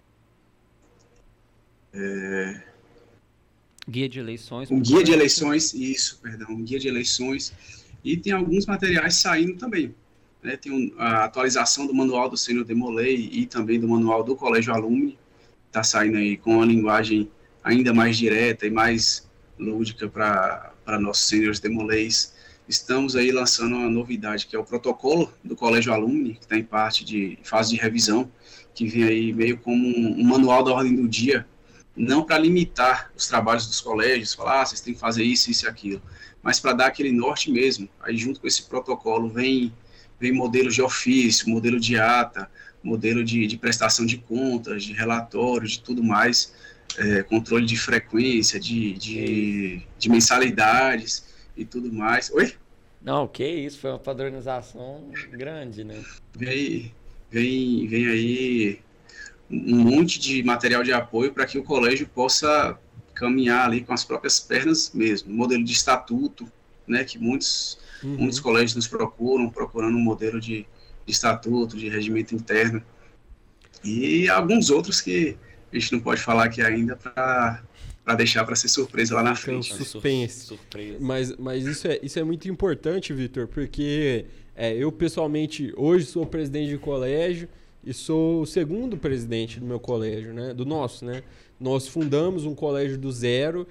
é, Guia de eleições. Um guia de eleições, isso, perdão, um guia de eleições. E tem alguns materiais saindo também. Né? Tem um, a atualização do manual do Sênior Demolei e também do manual do Colégio Alumni. Está saindo aí com uma linguagem ainda mais direta e mais lúdica para nossos sêniores Demolês. Estamos aí lançando uma novidade, que é o protocolo do Colégio Alumni, que está em parte de fase de revisão, que vem aí meio como um, um manual da ordem do dia, não para limitar os trabalhos dos colégios, falar, ah, vocês têm que fazer isso, isso e aquilo, mas para dar aquele norte mesmo. Aí junto com esse protocolo vem, vem modelos de ofício, modelo de ata, modelo de, de prestação de contas, de relatório, de tudo mais, é, controle de frequência, de, de, de mensalidades e tudo mais. Oi? Não, que isso, foi uma padronização grande, né? Vem, vem, vem aí um monte de material de apoio para que o colégio possa caminhar ali com as próprias pernas mesmo. Modelo de estatuto, né, que muitos, uhum. muitos colégios nos procuram, procurando um modelo de, de estatuto, de regimento interno. E alguns outros que a gente não pode falar aqui ainda para para deixar para ser surpresa lá na frente. Então, suspense. Surpresa. Mas, mas isso, é, isso é muito importante, Vitor, porque é, eu pessoalmente hoje sou presidente de colégio e sou o segundo presidente do meu colégio, né? Do nosso, né? Nós fundamos um colégio do zero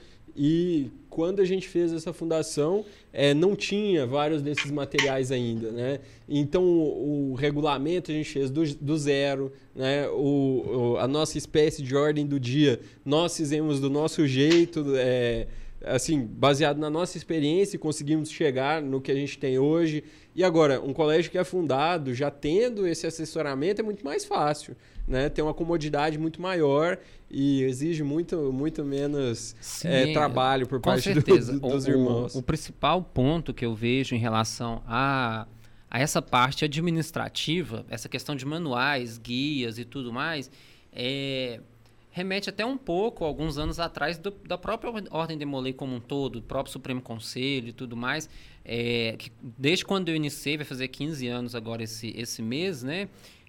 e quando a gente fez essa fundação, é, não tinha vários desses materiais ainda, né? Então, o, o regulamento a gente fez do, do zero, né? O, o, a nossa espécie de ordem do dia, nós fizemos do nosso jeito, é, assim, baseado na nossa experiência e conseguimos chegar no que a gente tem hoje. E agora, um colégio que é fundado, já tendo esse assessoramento, é muito mais fácil, né? Tem uma comodidade muito maior e exige muito, muito menos Sim, é, trabalho por parte do, do, dos o, irmãos. O, o principal ponto que eu vejo em relação a, a essa parte administrativa, essa questão de manuais, guias e tudo mais, é, remete até um pouco, alguns anos atrás, do, da própria Ordem Demolei como um todo, do próprio Supremo Conselho e tudo mais, é, que desde quando eu iniciei, vai fazer quinze anos agora esse, esse mês, né?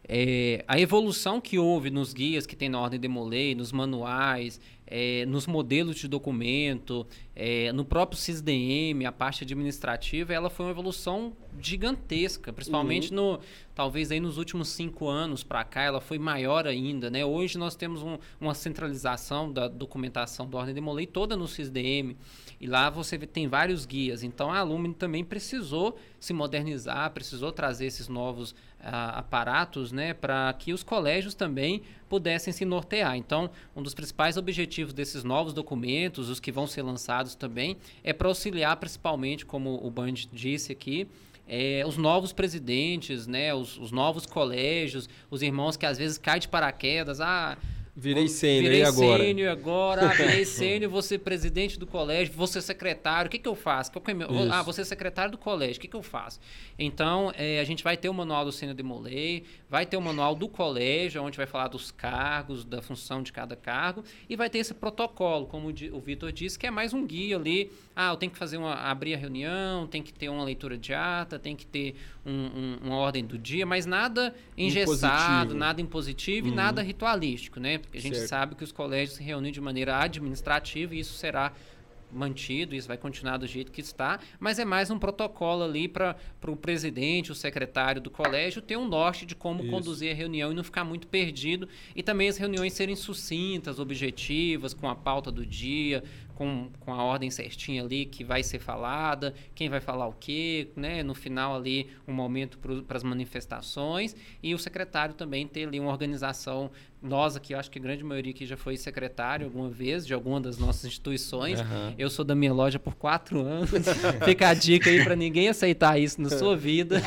É, a evolução que houve nos guias que tem na Ordem Demolei, nos manuais, é, nos modelos de documento, é, no próprio C I S D M, a parte administrativa, ela foi uma evolução gigantesca, principalmente uhum. no, talvez aí nos últimos cinco anos para cá, ela foi maior ainda, né? Hoje nós temos um, uma centralização da documentação da Ordem Demolei toda no C I S D M, e lá você tem vários guias. Então a Alumni também precisou se modernizar, precisou trazer esses novos a, aparatos, né, para que os colégios também pudessem se nortear. Então, um dos principais objetivos desses novos documentos, os que vão ser lançados também, é para auxiliar principalmente, como o Band disse aqui, é, os novos presidentes, né, os, os novos colégios, os irmãos que às vezes caem de paraquedas, ah... Virei sênior, e agora? Virei sênior agora, ah, virei sênior, vou ser presidente do colégio, vou ser secretário, o que, que eu faço? Qual que é meu... Ah, vou ser secretário do colégio, o que, que eu faço? Então, é, a gente vai ter o manual do Sênior Demolei, vai ter o manual do colégio, onde vai falar dos cargos, da função de cada cargo, e vai ter esse protocolo, como o Vitor disse, que é mais um guia ali. Ah, eu tenho que fazer uma, abrir a reunião, tem que ter uma leitura de ata, tem que ter um, um, uma ordem do dia, mas nada engessado, impositivo. nada impositivo uhum. e nada ritualístico, né? Porque a gente certo. sabe que os colégios se reúnem de maneira administrativa e isso será mantido, isso vai continuar do jeito que está, mas é mais um protocolo ali para o presidente, o secretário do colégio ter um norte de como isso. conduzir a reunião e não ficar muito perdido, e também as reuniões serem sucintas, objetivas, com a pauta do dia, com, com a ordem certinha ali que vai ser falada, quem vai falar o quê, né? No final ali um momento para as manifestações, e o secretário também ter ali uma organização. Nós aqui, eu acho que a grande maioria aqui já foi secretário alguma vez de alguma das nossas instituições. Uhum. Eu sou da minha loja por quatro anos. Fica a dica aí para ninguém aceitar isso na sua vida.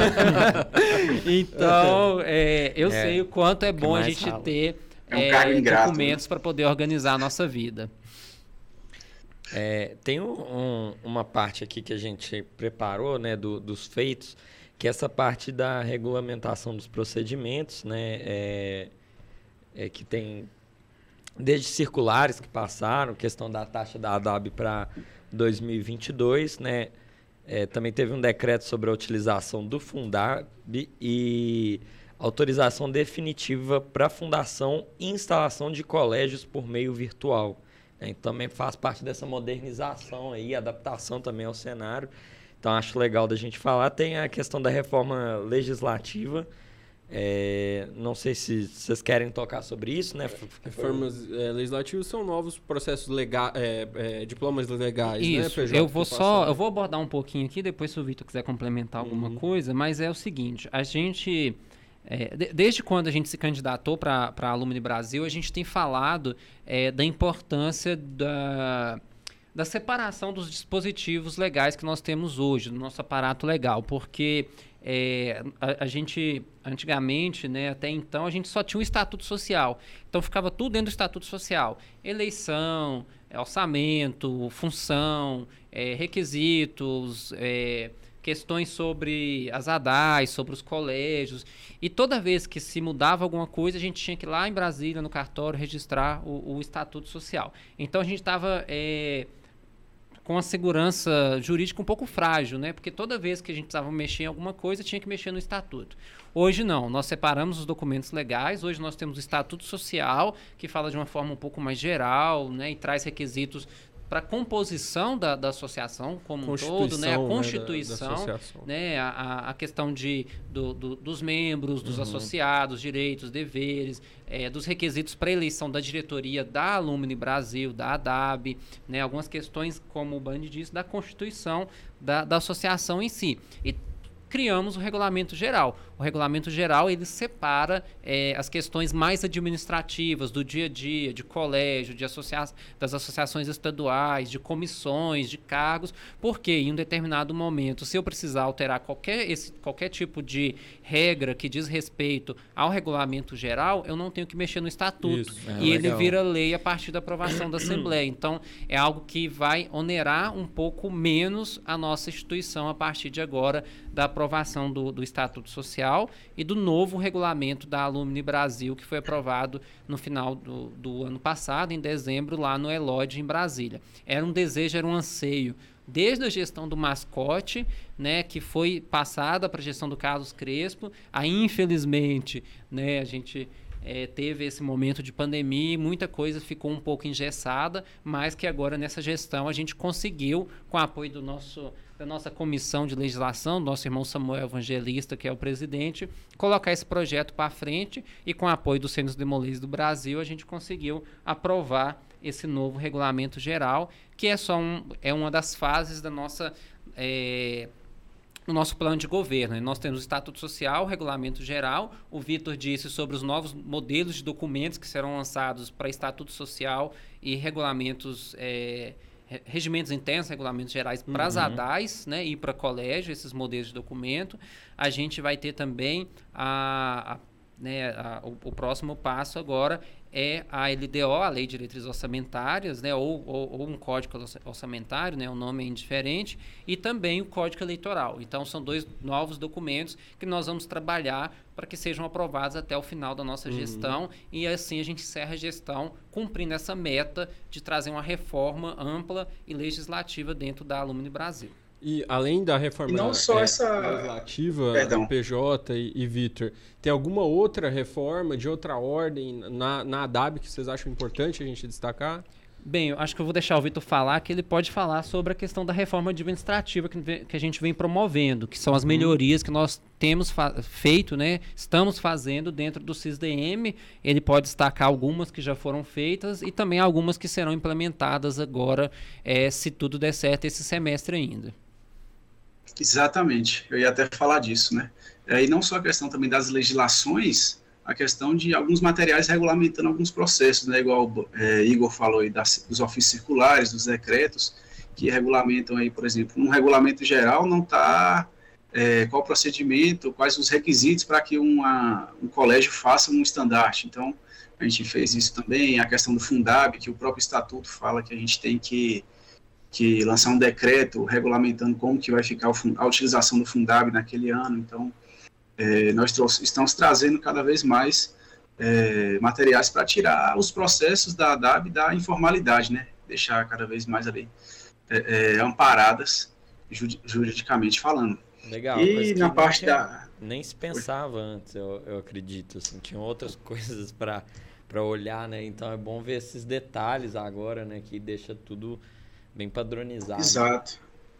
Então, é, eu é, sei o quanto é bom a gente fala. ter é um é, ingrato, documentos né? para poder organizar a nossa vida. É, tem um, um, uma parte aqui que a gente preparou, né, do, dos feitos, que é essa parte da regulamentação dos procedimentos, né, é, é, que tem desde circulares que passaram, questão da taxa da A D A B para dois mil e vinte e dois, né, é, também teve um decreto sobre a utilização do Fundab e autorização definitiva para fundação e instalação de colégios por meio virtual. Então, também faz parte dessa modernização aí, adaptação também ao cenário. Então, acho legal da gente falar. Tem a questão da reforma legislativa, É, não sei se vocês querem tocar sobre isso, né? Reformas é, legislativas são novos processos legais, é, é, diplomas legais, isso, né, P J? Eu vou só, eu vou abordar um pouquinho aqui, depois se o Vitor quiser complementar alguma uhum. coisa, mas é o seguinte, a gente, é, de, desde quando a gente se candidatou para a Alumni Brasil, a gente tem falado é, da importância da... da separação dos dispositivos legais que nós temos hoje, do nosso aparato legal, porque é, a, a gente, antigamente, né, até então, a gente só tinha um estatuto social, então ficava tudo dentro do estatuto social, eleição, orçamento, função, é, requisitos, é, questões sobre as A D As, sobre os colégios, e toda vez que se mudava alguma coisa, a gente tinha que ir lá em Brasília, no cartório, registrar o, o estatuto social. Então a gente estava... É, com a segurança jurídica um pouco frágil, né? Porque toda vez que a gente precisava mexer em alguma coisa, tinha que mexer no estatuto. Hoje não, nós separamos os documentos legais, hoje nós temos o estatuto social, que fala de uma forma um pouco mais geral, né? E traz requisitos para a composição da, da associação como um todo, né? A Constituição, né? Da, da né? A, a questão de, do, do, dos membros, dos uhum. associados, direitos, deveres, é, dos requisitos para eleição da diretoria da Alumni Brasil, da A D A B, né? Algumas questões, como o Band disse, da Constituição da, da associação em si. E criamos o regulamento geral. O regulamento geral, ele separa é, as questões mais administrativas do dia a dia, de colégio, de associa das associações estaduais, de comissões, de cargos, porque em um determinado momento, se eu precisar alterar qualquer, esse, qualquer tipo de regra que diz respeito ao regulamento geral, eu não tenho que mexer no estatuto. Isso, é, e legal. Ele vira lei a partir da aprovação da Assembleia. Então, é algo que vai onerar um pouco menos a nossa instituição a partir de agora da aprovação do, do Estatuto Social e do novo regulamento da Alumni Brasil, que foi aprovado no final do, do ano passado, em dezembro, lá no Elod, em Brasília. Era um desejo, era um anseio, desde a gestão do mascote, né, que foi passada para a gestão do Carlos Crespo. Aí, infelizmente, né, a gente... É, teve esse momento de pandemia e muita coisa ficou um pouco engessada, mas que agora nessa gestão a gente conseguiu, com o apoio do nosso, da nossa comissão de legislação, do nosso irmão Samuel Evangelista, que é o presidente, colocar esse projeto para frente e com o apoio do Centro Demolês do Brasil a gente conseguiu aprovar esse novo regulamento geral, que é só um, é uma das fases da nossa... É, o nosso plano de governo. Nós temos o Estatuto Social, o Regulamento Geral. O Vitor disse sobre os novos modelos de documentos que serão lançados para Estatuto Social e regulamentos, é, regimentos internos, regulamentos gerais para as uhum. A D As, né, e para colégio, esses modelos de documento. A gente vai ter também a, a, né, a, o, o próximo passo agora é a L D O, a Lei de Diretrizes Orçamentárias, né, ou, ou, ou um Código Orçamentário, né, o nome é indiferente, e também o Código Eleitoral. Então, são dois novos documentos que nós vamos trabalhar para que sejam aprovados até o final da nossa uhum. gestão, e assim a gente encerra a gestão cumprindo essa meta de trazer uma reforma ampla e legislativa dentro da Alumni Brasil. E além da reforma não só é, essa... legislativa, Perdão. P J e, e Vitor, tem alguma outra reforma de outra ordem na, na A D A B que vocês acham importante a gente destacar? Bem, eu acho que eu vou deixar o Vitor falar, que ele pode falar sobre a questão da reforma administrativa que, que a gente vem promovendo, que são as melhorias que nós temos feito, né? Estamos fazendo dentro do C I S D M. Ele pode destacar algumas que já foram feitas e também algumas que serão implementadas agora, é, se tudo der certo, esse semestre ainda. Exatamente, eu ia até falar disso, né? É, e não só a questão também das legislações, a questão de alguns materiais regulamentando alguns processos, né? Igual é, Igor falou aí das, dos ofícios circulares, dos decretos, que regulamentam aí, por exemplo, um regulamento geral não está é, qual o procedimento, quais os requisitos para que uma, um colégio faça um estandarte. Então, a gente fez isso também, a questão do Fundab, que o próprio estatuto fala que a gente tem que que lançar um decreto regulamentando como que vai ficar a utilização do Fundab naquele ano. Então, é, nós estamos trazendo cada vez mais é, materiais para tirar os processos da A D A B da informalidade, né? Deixar cada vez mais ali é, é, amparadas juridicamente falando. Legal. E na parte tinha, da... Nem se pensava antes, eu, eu acredito. Assim, tinha outras coisas para para olhar, né? Então, é bom ver esses detalhes agora, né? Que deixa tudo... bem padronizado. Exato.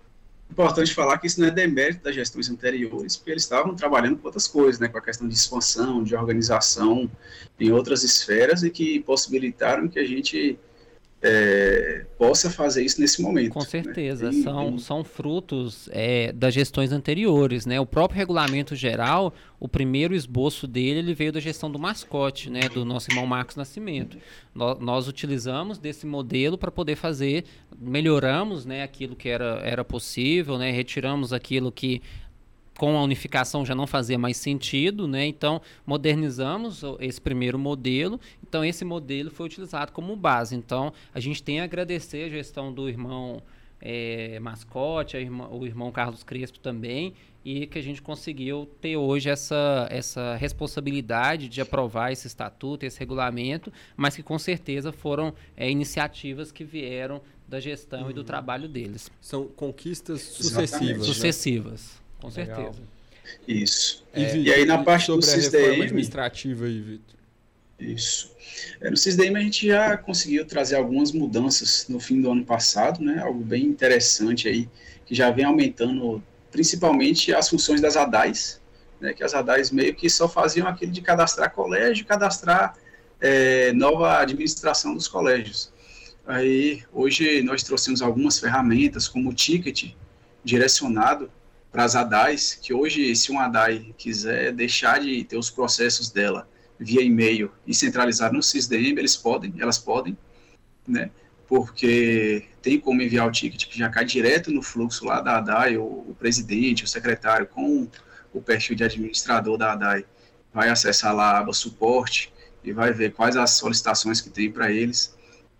Importante falar que isso não é demérito das gestões anteriores, porque eles estavam trabalhando com outras coisas, né, com a questão de expansão, de organização em outras esferas e que possibilitaram que a gente é, possa fazer isso nesse momento. Com certeza, né? e, são, e... são frutos é, das gestões anteriores, né? O próprio regulamento geral, o primeiro esboço dele, ele veio da gestão do mascote, né? Do nosso irmão Marcos Nascimento. No, nós utilizamos desse modelo para poder fazer, melhoramos, né, aquilo que era, era possível, né? Retiramos aquilo que com a unificação já não fazia mais sentido, né? Então modernizamos esse primeiro modelo, então esse modelo foi utilizado como base. Então a gente tem a agradecer a gestão do irmão é, Mascote, a irmã, o irmão Carlos Crespo também, e que a gente conseguiu ter hoje essa, essa responsabilidade de aprovar esse estatuto, esse regulamento, mas que com certeza foram é, iniciativas que vieram da gestão uhum. e do trabalho deles. São conquistas sucessivas. Né? Sucessivas. Com Legal. certeza. Isso. E, é, e aí na parte sobre do a CISDM... reforma administrativa aí, Vitor. Isso. É, no CISDM a gente já conseguiu trazer algumas mudanças no fim do ano passado, né? Algo bem interessante aí, que já vem aumentando principalmente as funções das A D A Is, né? Que as A D A Is meio que só faziam aquilo de cadastrar colégio, cadastrar é, nova administração dos colégios. Aí hoje nós trouxemos algumas ferramentas como o ticket direcionado para as A D A Is, que hoje, se uma A D A I quiser deixar de ter os processos dela via e-mail e centralizar no CISDM, eles podem, elas podem, né? Porque tem como enviar o ticket que já cai direto no fluxo lá da A D A I, o, o presidente, o secretário, com o perfil de administrador da A D A I, vai acessar lá a aba suporte e vai ver quais as solicitações que tem para eles.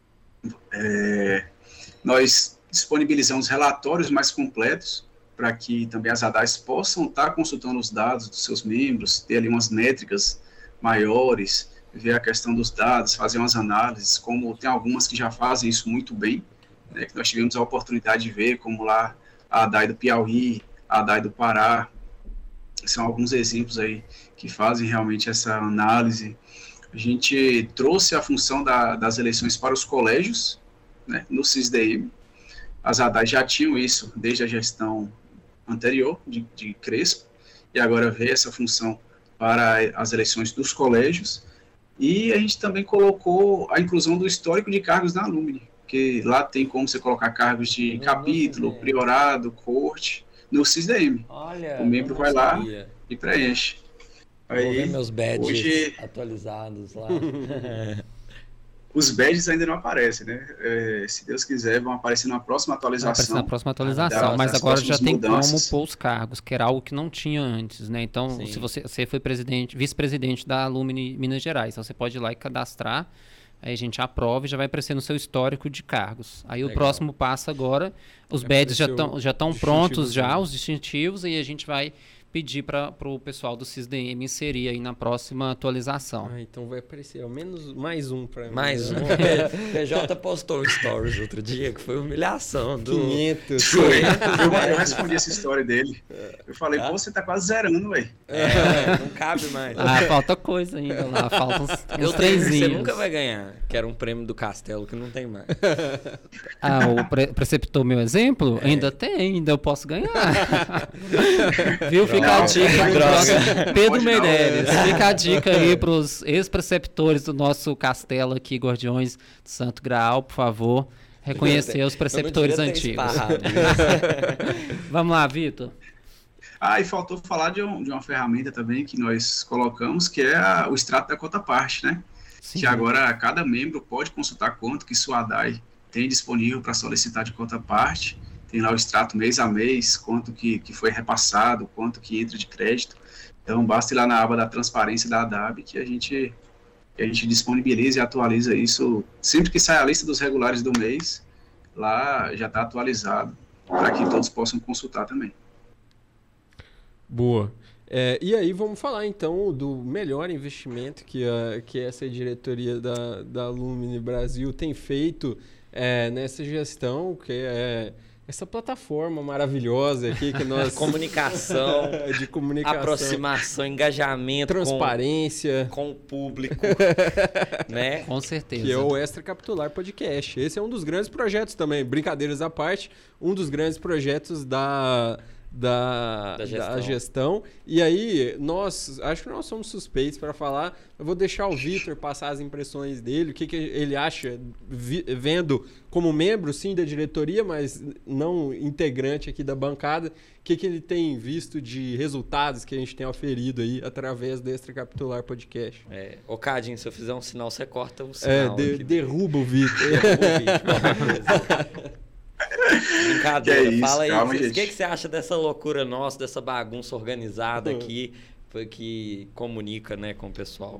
É, nós disponibilizamos relatórios mais completos para que também as A D A Is possam estar consultando os dados dos seus membros, ter ali umas métricas maiores, ver a questão dos dados, fazer umas análises, como tem algumas que já fazem isso muito bem, né, que nós tivemos a oportunidade de ver, como lá a A D A I do Piauí, a A D A I do Pará, são alguns exemplos aí que fazem realmente essa análise. A gente trouxe a função da, das eleições para os colégios, né, no CISDM. As A D A Is já tinham isso desde a gestão anterior, de, de Crespo, e agora veio essa função para as eleições dos colégios, e a gente também colocou a inclusão do histórico de cargos na Alumni, que lá tem como você colocar cargos de capítulo, priorado, corte, no CISDM. Olha, o membro vai lá e preenche. Aí, vou ver meus badges hoje, atualizados lá. Os badges ainda não aparecem, né? É, se Deus quiser, vão aparecer na próxima atualização. Vai aparecer na próxima atualização, das, mas das agora já tem mudanças. como pôr os cargos, que era algo que não tinha antes, né? Então, Sim. se você, você foi presidente, vice-presidente da Alumni Minas Gerais, então você pode ir lá e cadastrar, aí a gente aprova e já vai aparecer no seu histórico de cargos. Aí Legal. O próximo passo agora, os vai badges já estão já estão prontos já, né? Os distintivos, e a gente vai pedir para o pessoal do CISDM inserir aí na próxima atualização. Ah, então vai aparecer ao menos mais um para mim. Mais um. O P J postou stories outro dia, que foi humilhação. Do... quinhentos. Foi. Eu, eu respondi essa história dele. Eu falei, ah? Pô, você tá quase zerando, velho. É, não cabe mais. Ah, falta coisa ainda lá, falta uns, uns trenzinhos. Você nunca vai ganhar, que era um prêmio do Castelo que não tem mais. Ah, o pre preceptor meu exemplo? É. Ainda tem, ainda eu posso ganhar. Viu? Fica a dica, Pedro Meireles, fica a dica aí para os ex-preceptores do nosso castelo aqui, Guardiões do Santo Graal, por favor, reconhecer os preceptores antigos. Vamos lá, Vitor. Ah, e faltou falar de, um, de uma ferramenta também que nós colocamos, que é a, o extrato da cota parte, né? Sim. Que agora cada membro pode consultar quanto que sua A D A I tem disponível para solicitar de cota parte. Tem lá o extrato mês a mês, quanto que, que foi repassado, quanto que entra de crédito. Então, basta ir lá na aba da transparência da A D A B que a gente, que a gente disponibiliza e atualiza isso. Sempre que sai a lista dos regulares do mês, lá já está atualizado, para que todos possam consultar também. Boa. É, e aí vamos falar então do melhor investimento que, a, que essa diretoria da, da Alumni Brasil tem feito é, nessa gestão, que é essa plataforma maravilhosa aqui que nós... Comunicação, de comunicação, aproximação, engajamento, transparência, com, com o público, né? Com certeza. Que é o Extra Capitular Podcast. Esse é um dos grandes projetos também, brincadeiras à parte, um dos grandes projetos da... Da, da, gestão. da gestão. E aí, nós, acho que nós somos suspeitos para falar. Eu vou deixar o Vitor passar as impressões dele, o que, que ele acha, vi, vendo como membro, sim, da diretoria, mas não integrante aqui da bancada, o que, que ele tem visto de resultados que a gente tem oferido aí através do Extra Capitular Podcast. É, ô, Cadinho, se eu fizer um sinal, você corta o sinal. É, de, aqui. derruba o Vitor. Derruba o Vitor. Brincadeira, que é isso, fala aí, calma, o que, gente. que você acha dessa loucura nossa, dessa bagunça organizada aqui, que comunica, né, com o pessoal?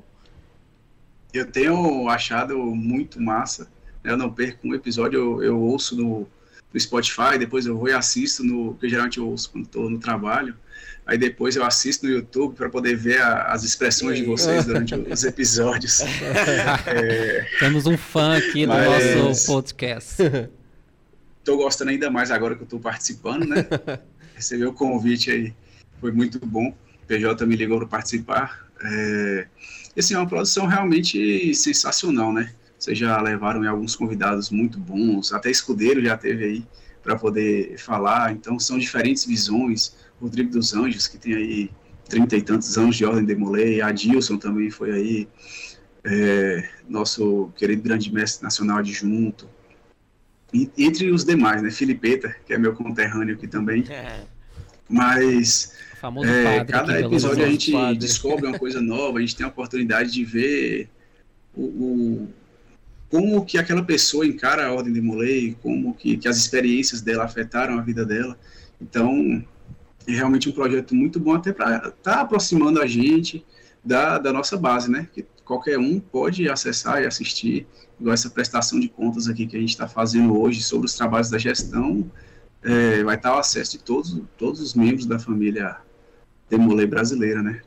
Eu tenho achado muito massa, né? Eu não perco um episódio, eu, eu ouço no, no Spotify, depois eu vou e assisto, no, porque geralmente eu ouço quando estou no trabalho, aí depois eu assisto no YouTube para poder ver a, as expressões de vocês durante os episódios. é... Temos um fã aqui do Mas... nosso podcast. Estou gostando ainda mais agora que eu estou participando, né? Receber o convite aí, foi muito bom. O P J me ligou para participar. É... E assim, é uma produção realmente sensacional, né? Vocês já levaram alguns convidados muito bons, até Escudeiro já teve aí para poder falar. Então, são diferentes visões. Rodrigo dos Anjos, que tem aí trinta e tantos anos de Ordem Demolei, Adilson também foi aí, é... nosso querido grande mestre nacional adjunto. E, entre os demais, né? Filipeta, que é meu conterrâneo aqui também. É. Mas é, cada episódio a gente padre. descobre uma coisa nova, a gente tem a oportunidade de ver o, o, como que aquela pessoa encara a Ordem Demolei, como que, que as experiências dela afetaram a vida dela. Então, é realmente um projeto muito bom até para estar tá aproximando a gente da, da nossa base, né? Que qualquer um pode acessar e assistir, igual essa prestação de contas aqui que a gente está fazendo hoje sobre os trabalhos da gestão, é, vai estar ao acesso de todos, todos os membros da família Demolei brasileira, né?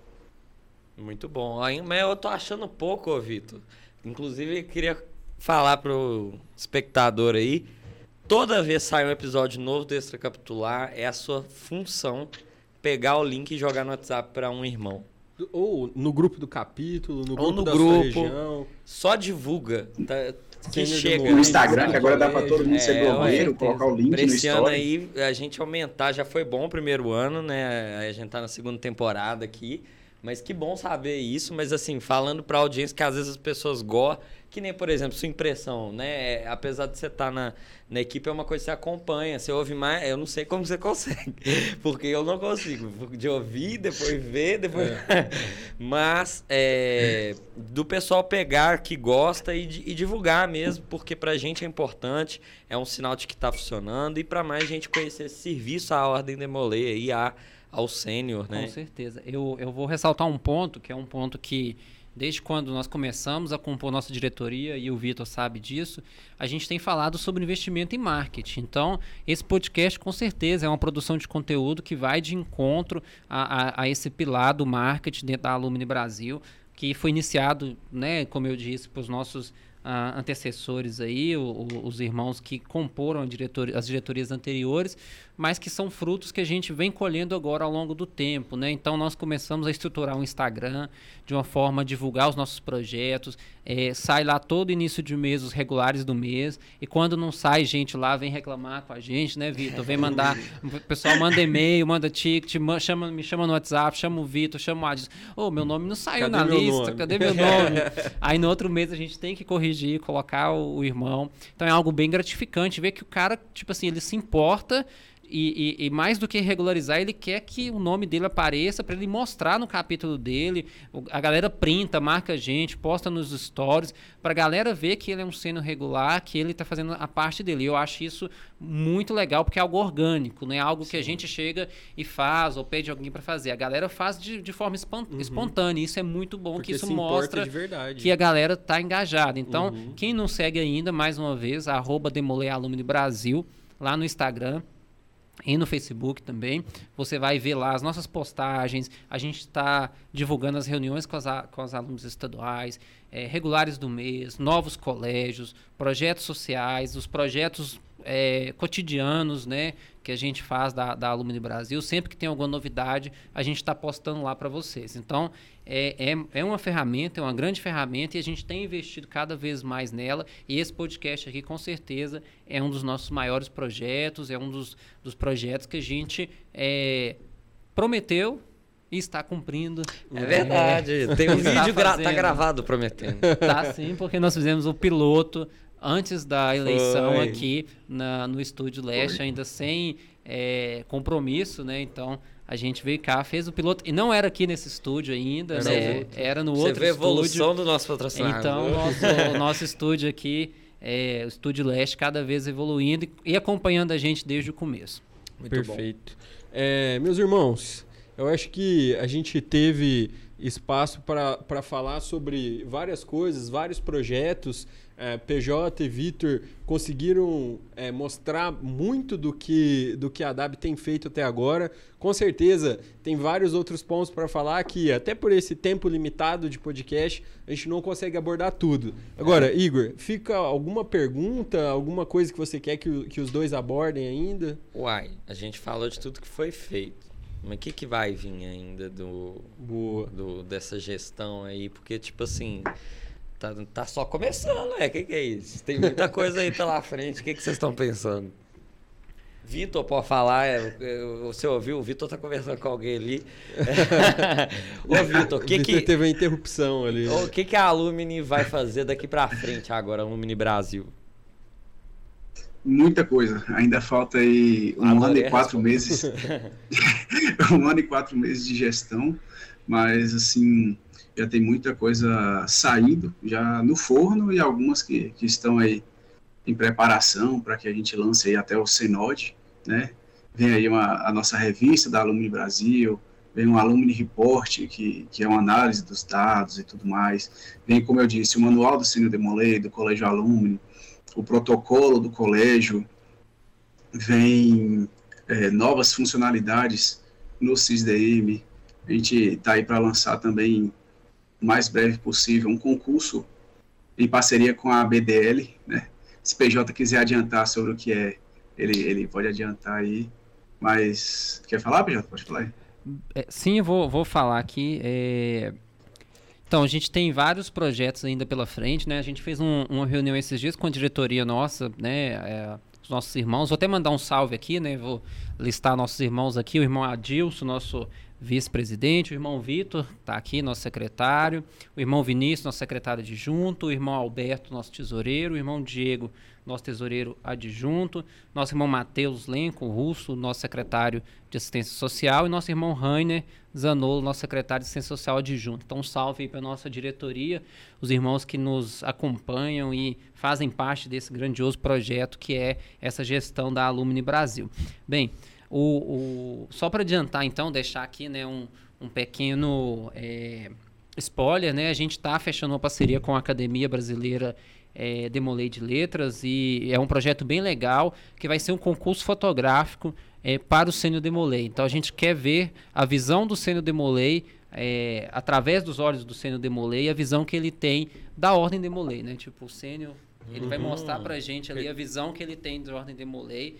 Muito bom. Mas eu tô achando pouco, Vitor. Inclusive, eu queria falar pro espectador aí, toda vez que sai um episódio novo do Extra Capitular, é a sua função pegar o link e jogar no WhatsApp para um irmão. Ou no grupo do capítulo, no Ou grupo no da grupo, sua região. Só divulga. Tá, que chega no Instagram, que agora dá para todo mundo é, ser blogueiro, colocar o link pra no esse story. ano aí, a gente aumentar, já foi bom o primeiro ano, né? A gente tá na segunda temporada aqui. Mas que bom saber isso, mas assim, falando para a audiência que às vezes as pessoas gostam, que nem, por exemplo, sua impressão, né? Apesar de você estar na, na equipe, é uma coisa que você acompanha, você ouve mais, eu não sei como você consegue, porque eu não consigo, de ouvir, depois ver, depois... É. Mas, é, do pessoal pegar que gosta e, e divulgar mesmo, porque pra gente é importante, é um sinal de que tá funcionando, e para mais gente conhecer esse serviço, a Ordem Demolei aí, a... ao sênior, né? Com certeza. Eu, eu vou ressaltar um ponto, que é um ponto que, desde quando nós começamos a compor nossa diretoria, e o Vitor sabe disso, a gente tem falado sobre investimento em marketing. Então, esse podcast, com certeza, é uma produção de conteúdo que vai de encontro a, a, a esse pilar do marketing dentro da Alumni Brasil, que foi iniciado, né, como eu disse, para os nossos Uh, antecessores aí, o, o, os irmãos que comporam a diretoria, as diretorias anteriores, mas que são frutos que a gente vem colhendo agora ao longo do tempo, né? Então nós começamos a estruturar um Instagram de uma forma a divulgar os nossos projetos, é, sai lá todo início de mês os regulares do mês, e quando não sai, gente lá vem reclamar com a gente, né, Vitor? Vem mandar, o pessoal manda e-mail, manda ticket, chama, me chama no WhatsApp, chama o Vitor, chama o Adilson, ô, oh, meu nome não saiu cadê na lista, nome? Cadê meu nome? Aí no outro mês a gente tem que corrigir colocar o, o irmão. Então é algo bem gratificante ver que o cara, tipo assim, ele se importa e, e, e mais do que regularizar, ele quer que o nome dele apareça para ele mostrar no capítulo dele. O, a galera printa, marca a gente, posta nos stories, para a galera ver que ele é um sênior regular, que ele está fazendo a parte dele. Eu acho isso muito legal, porque é algo orgânico, não é algo Sim. que a gente chega e faz ou pede alguém para fazer. A galera faz de, de forma espont- uhum. espontânea. Isso é muito bom, porque que isso mostra que a galera está engajada. Então, uhum. quem não segue ainda, mais uma vez, arroba Demolei Alumni Brasil, lá no Instagram e no Facebook também, você vai ver lá as nossas postagens, a gente está divulgando as reuniões com, as, com os alunos estaduais, é, regulares do mês, novos colégios, projetos sociais, os projetos é, cotidianos, né, que a gente faz da, da Alumni Brasil. Sempre que tem alguma novidade, a gente está postando lá para vocês. Então, é, é, é uma ferramenta, é uma grande ferramenta, e a gente tem investido cada vez mais nela. E esse podcast aqui, com certeza, é um dos nossos maiores projetos, é um dos, dos projetos que a gente é, prometeu e está cumprindo. É verdade. É, tem um vídeo gra tá gravado prometendo. Tá sim, porque nós fizemos o piloto antes da eleição Foi. aqui na, no Estúdio Leste, Foi. ainda sem é, compromisso, né? Então a gente veio cá, fez o piloto, e não era aqui nesse estúdio ainda, era, né? Era no Você outro estúdio. Você vê a evolução estúdio. do nosso patrocinador. Então o nosso, o nosso estúdio aqui, é, o Estúdio Leste, cada vez evoluindo e, e acompanhando a gente desde o começo. Muito Perfeito. É, meus irmãos, eu acho que a gente teve espaço para falar sobre várias coisas, vários projetos. É, P J e Vitor conseguiram é, mostrar muito do que, do que a D A B tem feito até agora. Com certeza tem vários outros pontos para falar que, até por esse tempo limitado de podcast, a gente não consegue abordar tudo. Agora, Igor, fica alguma pergunta, alguma coisa que você quer que, que os dois abordem ainda? Uai, a gente falou de tudo que foi feito. Mas o que, que vai vir ainda do, Boa. do, dessa gestão aí? Porque, tipo assim, tá, tá só começando, é? O que, que é isso? Tem muita coisa aí pela frente. O que, que vocês estão pensando? Vitor, pode falar? É, você ouviu? O Vitor tá conversando com alguém ali. Ô, Vitor, o que que... teve uma interrupção ali. O que, que a Alumni vai fazer daqui pra frente agora, Alumni Brasil? Muita coisa. Ainda falta aí um Agora ano e quatro meses. um ano e quatro meses de gestão, mas assim, já tem muita coisa saindo, já no forno, e algumas que, que estão aí em preparação para que a gente lance aí até o Senod, né? Vem aí uma, a nossa revista da Alumni Brasil, vem um Alumni Report, que, que é uma análise dos dados e tudo mais. Vem, como eu disse, o manual do Sênior Demolei, do Colégio Alumni, o protocolo do colégio, vem é, novas funcionalidades no C I S D M. A gente está aí para lançar também, o mais breve possível, um concurso em parceria com a B D L, né? Se P J quiser adiantar sobre o que é, ele, ele pode adiantar aí. Mas, quer falar, P J? Pode falar aí. É, sim, eu vou, vou falar aqui. É... Então, a gente tem vários projetos ainda pela frente, né? A gente fez um, uma reunião esses dias com a diretoria nossa, né? É, os nossos irmãos. Vou até mandar um salve aqui, né? Vou listar nossos irmãos aqui. O irmão Adilson, nosso vice-presidente. O irmão Vitor, tá aqui, nosso secretário. O irmão Vinícius, nosso secretário adjunto. O irmão Alberto, nosso tesoureiro. O irmão Diego, nosso tesoureiro adjunto. Nosso irmão Matheus Lenco, russo, nosso secretário de assistência social. E nosso irmão Rainer Zanolo, nosso secretário de assistência social adjunto. Então, um salve aí para a nossa diretoria, os irmãos que nos acompanham e fazem parte desse grandioso projeto que é essa gestão da Alumni Brasil. Bem, o, o, só para adiantar, então, deixar aqui, né, um, um pequeno é, spoiler, né? A gente está fechando uma parceria com a Academia Brasileira é, Demolei de Letras, e é um projeto bem legal, que vai ser um concurso fotográfico é, para o Sênior Demolei. Então a gente quer ver a visão do Sênior Demolei é, através dos olhos do Sênior Demolei, a visão que ele tem da Ordem Demolei, né? Tipo, o Sênior, ele uhum. vai mostrar pra gente ali a visão que ele tem da Ordem Demolei.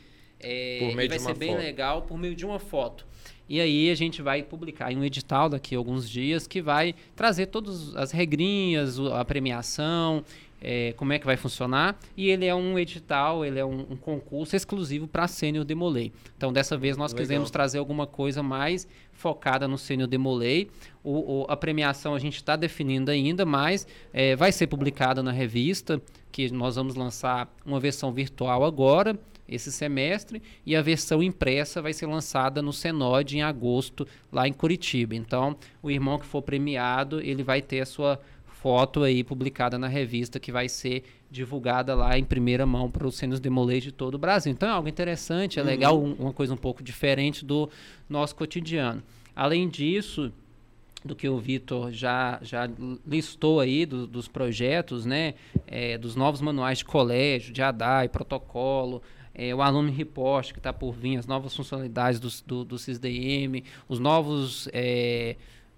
É, e vai ser bem foto. legal por meio de uma foto. E aí a gente vai publicar em um edital daqui a alguns dias que vai trazer todas as regrinhas, a premiação, é, como é que vai funcionar. E ele é um edital, ele é um, um concurso exclusivo para Sênior Demolei. Então dessa vez nós legal. quisemos trazer alguma coisa mais focada no Sênior Demolei. O, o, a premiação a gente está definindo ainda, mas é, vai ser publicada na revista, que nós vamos lançar uma versão virtual agora, esse semestre, e a versão impressa vai ser lançada no Senod em agosto, lá em Curitiba. Então, o irmão que for premiado, ele vai ter a sua foto aí publicada na revista, que vai ser divulgada lá em primeira mão para os Sênior Demolei de todo o Brasil. Então, é algo interessante, é uhum. legal, um, uma coisa um pouco diferente do nosso cotidiano. Além disso, do que o Vitor já, já listou aí do, dos projetos, né, é, dos novos manuais de colégio, de A D A e protocolo, É, o Alumni Report que está por vir, as novas funcionalidades do, do, do C I S D M, os novos é,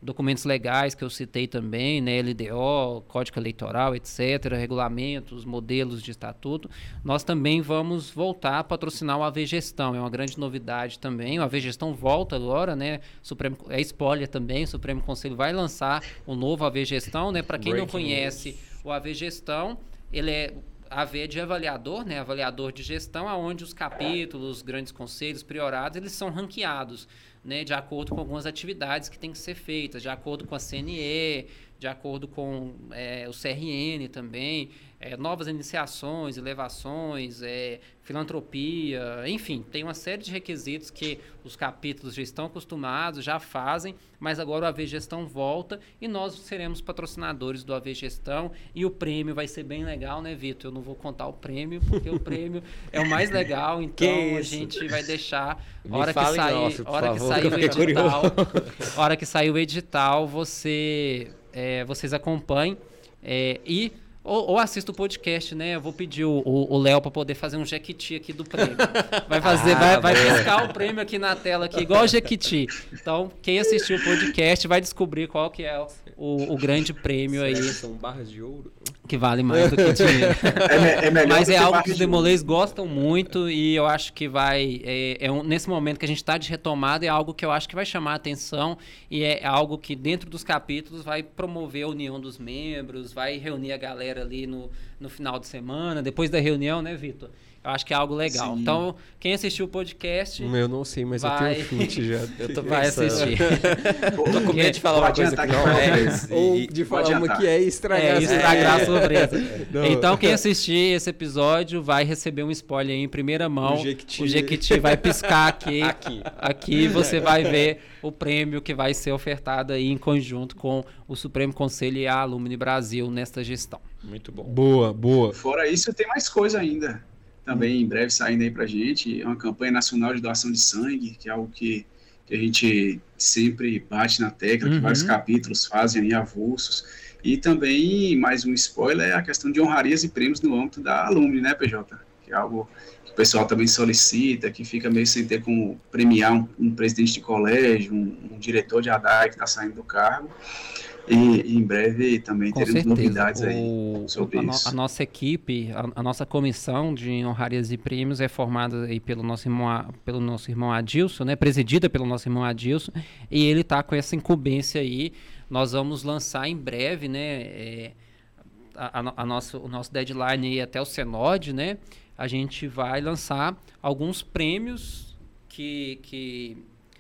documentos legais que eu citei também, né, L D O, Código Eleitoral, etcétera, regulamentos, modelos de estatuto, nós também vamos voltar a patrocinar o A V Gestão. É uma grande novidade também. O A V Gestão volta agora, né? Supremo, é spoiler também, o Supremo Conselho vai lançar o novo A V Gestão, né? Para quem Breaking não conhece news. O A V Gestão, ele é A V de avaliador, né? Avaliador de gestão, onde os capítulos, grandes conselhos, priorados, eles são ranqueados, né, de acordo com algumas atividades que têm que ser feitas, de acordo com a C N E, de acordo com é, o C R N também, é, novas iniciações, elevações, é, filantropia, enfim, tem uma série de requisitos que os capítulos já estão acostumados, já fazem, mas agora o A V Gestão volta e nós seremos patrocinadores do A V Gestão e o prêmio vai ser bem legal, né, Vitor? Eu não vou contar o prêmio, porque o prêmio é o mais legal, então a gente vai deixar, a hora que sair, nossa, hora que sair o edital, hora que sair o edital, você, é, vocês acompanhem é, e Ou, ou assista o podcast, né? Eu vou pedir o Léo para poder fazer um jequiti aqui do prêmio. Vai fazer, ah, vai, vai pescar o prêmio aqui na tela, aqui, igual o jequiti. Então, quem assistiu o podcast vai descobrir qual que é o, o grande prêmio aí. São barras de ouro. Que vale mais do que dinheiro. É, é melhor Mas é algo que os demolês gostam muito e eu acho que vai... É, é um, nesse momento que a gente está de retomada, é algo que eu acho que vai chamar a atenção e é algo que dentro dos capítulos vai promover a união dos membros, vai reunir a galera ali no, no final de semana, depois da reunião, né, Vitor? Eu acho que é algo legal. Sim. Então, quem assistiu o podcast... Eu não sei, mas vai... eu tenho um fint já. Eu tô vai assistir. Tô com medo de falar uma coisa que não é. Ou de falar uma que é estragar, é, estragar a surpresa. Então, quem assistir esse episódio vai receber um spoiler aí em primeira mão. O Jequiti, o Jequiti vai piscar aqui. Aqui. Aqui você vai ver o prêmio que vai ser ofertado aí em conjunto com o Supremo Conselho e a Alumni Brasil nesta gestão. Muito bom. Boa, boa. Fora isso, tem mais coisa ainda. Também em breve saindo aí pra gente, é uma campanha nacional de doação de sangue, que é algo que, que a gente sempre bate na tecla, uhum. que vários capítulos fazem aí avulsos. E também, mais um spoiler, é a questão de honrarias e prêmios no âmbito da Alumni, né, P J? Que é algo que o pessoal também solicita, que fica meio sem ter como premiar um, um presidente de colégio, um, um diretor de A D A I que está saindo do cargo. E, e em breve também Com teremos certeza. novidades aí o, sobre a no, isso. A nossa equipe, a, a nossa comissão de honrarias e prêmios é formada aí pelo nosso irmão, pelo nosso irmão Adilson, né? Presidida pelo nosso irmão Adilson, e ele está com essa incumbência aí. Nós vamos lançar em breve, né? É, a, a, a nosso, o nosso deadline aí até o Senod, né? A gente vai lançar alguns prêmios que... que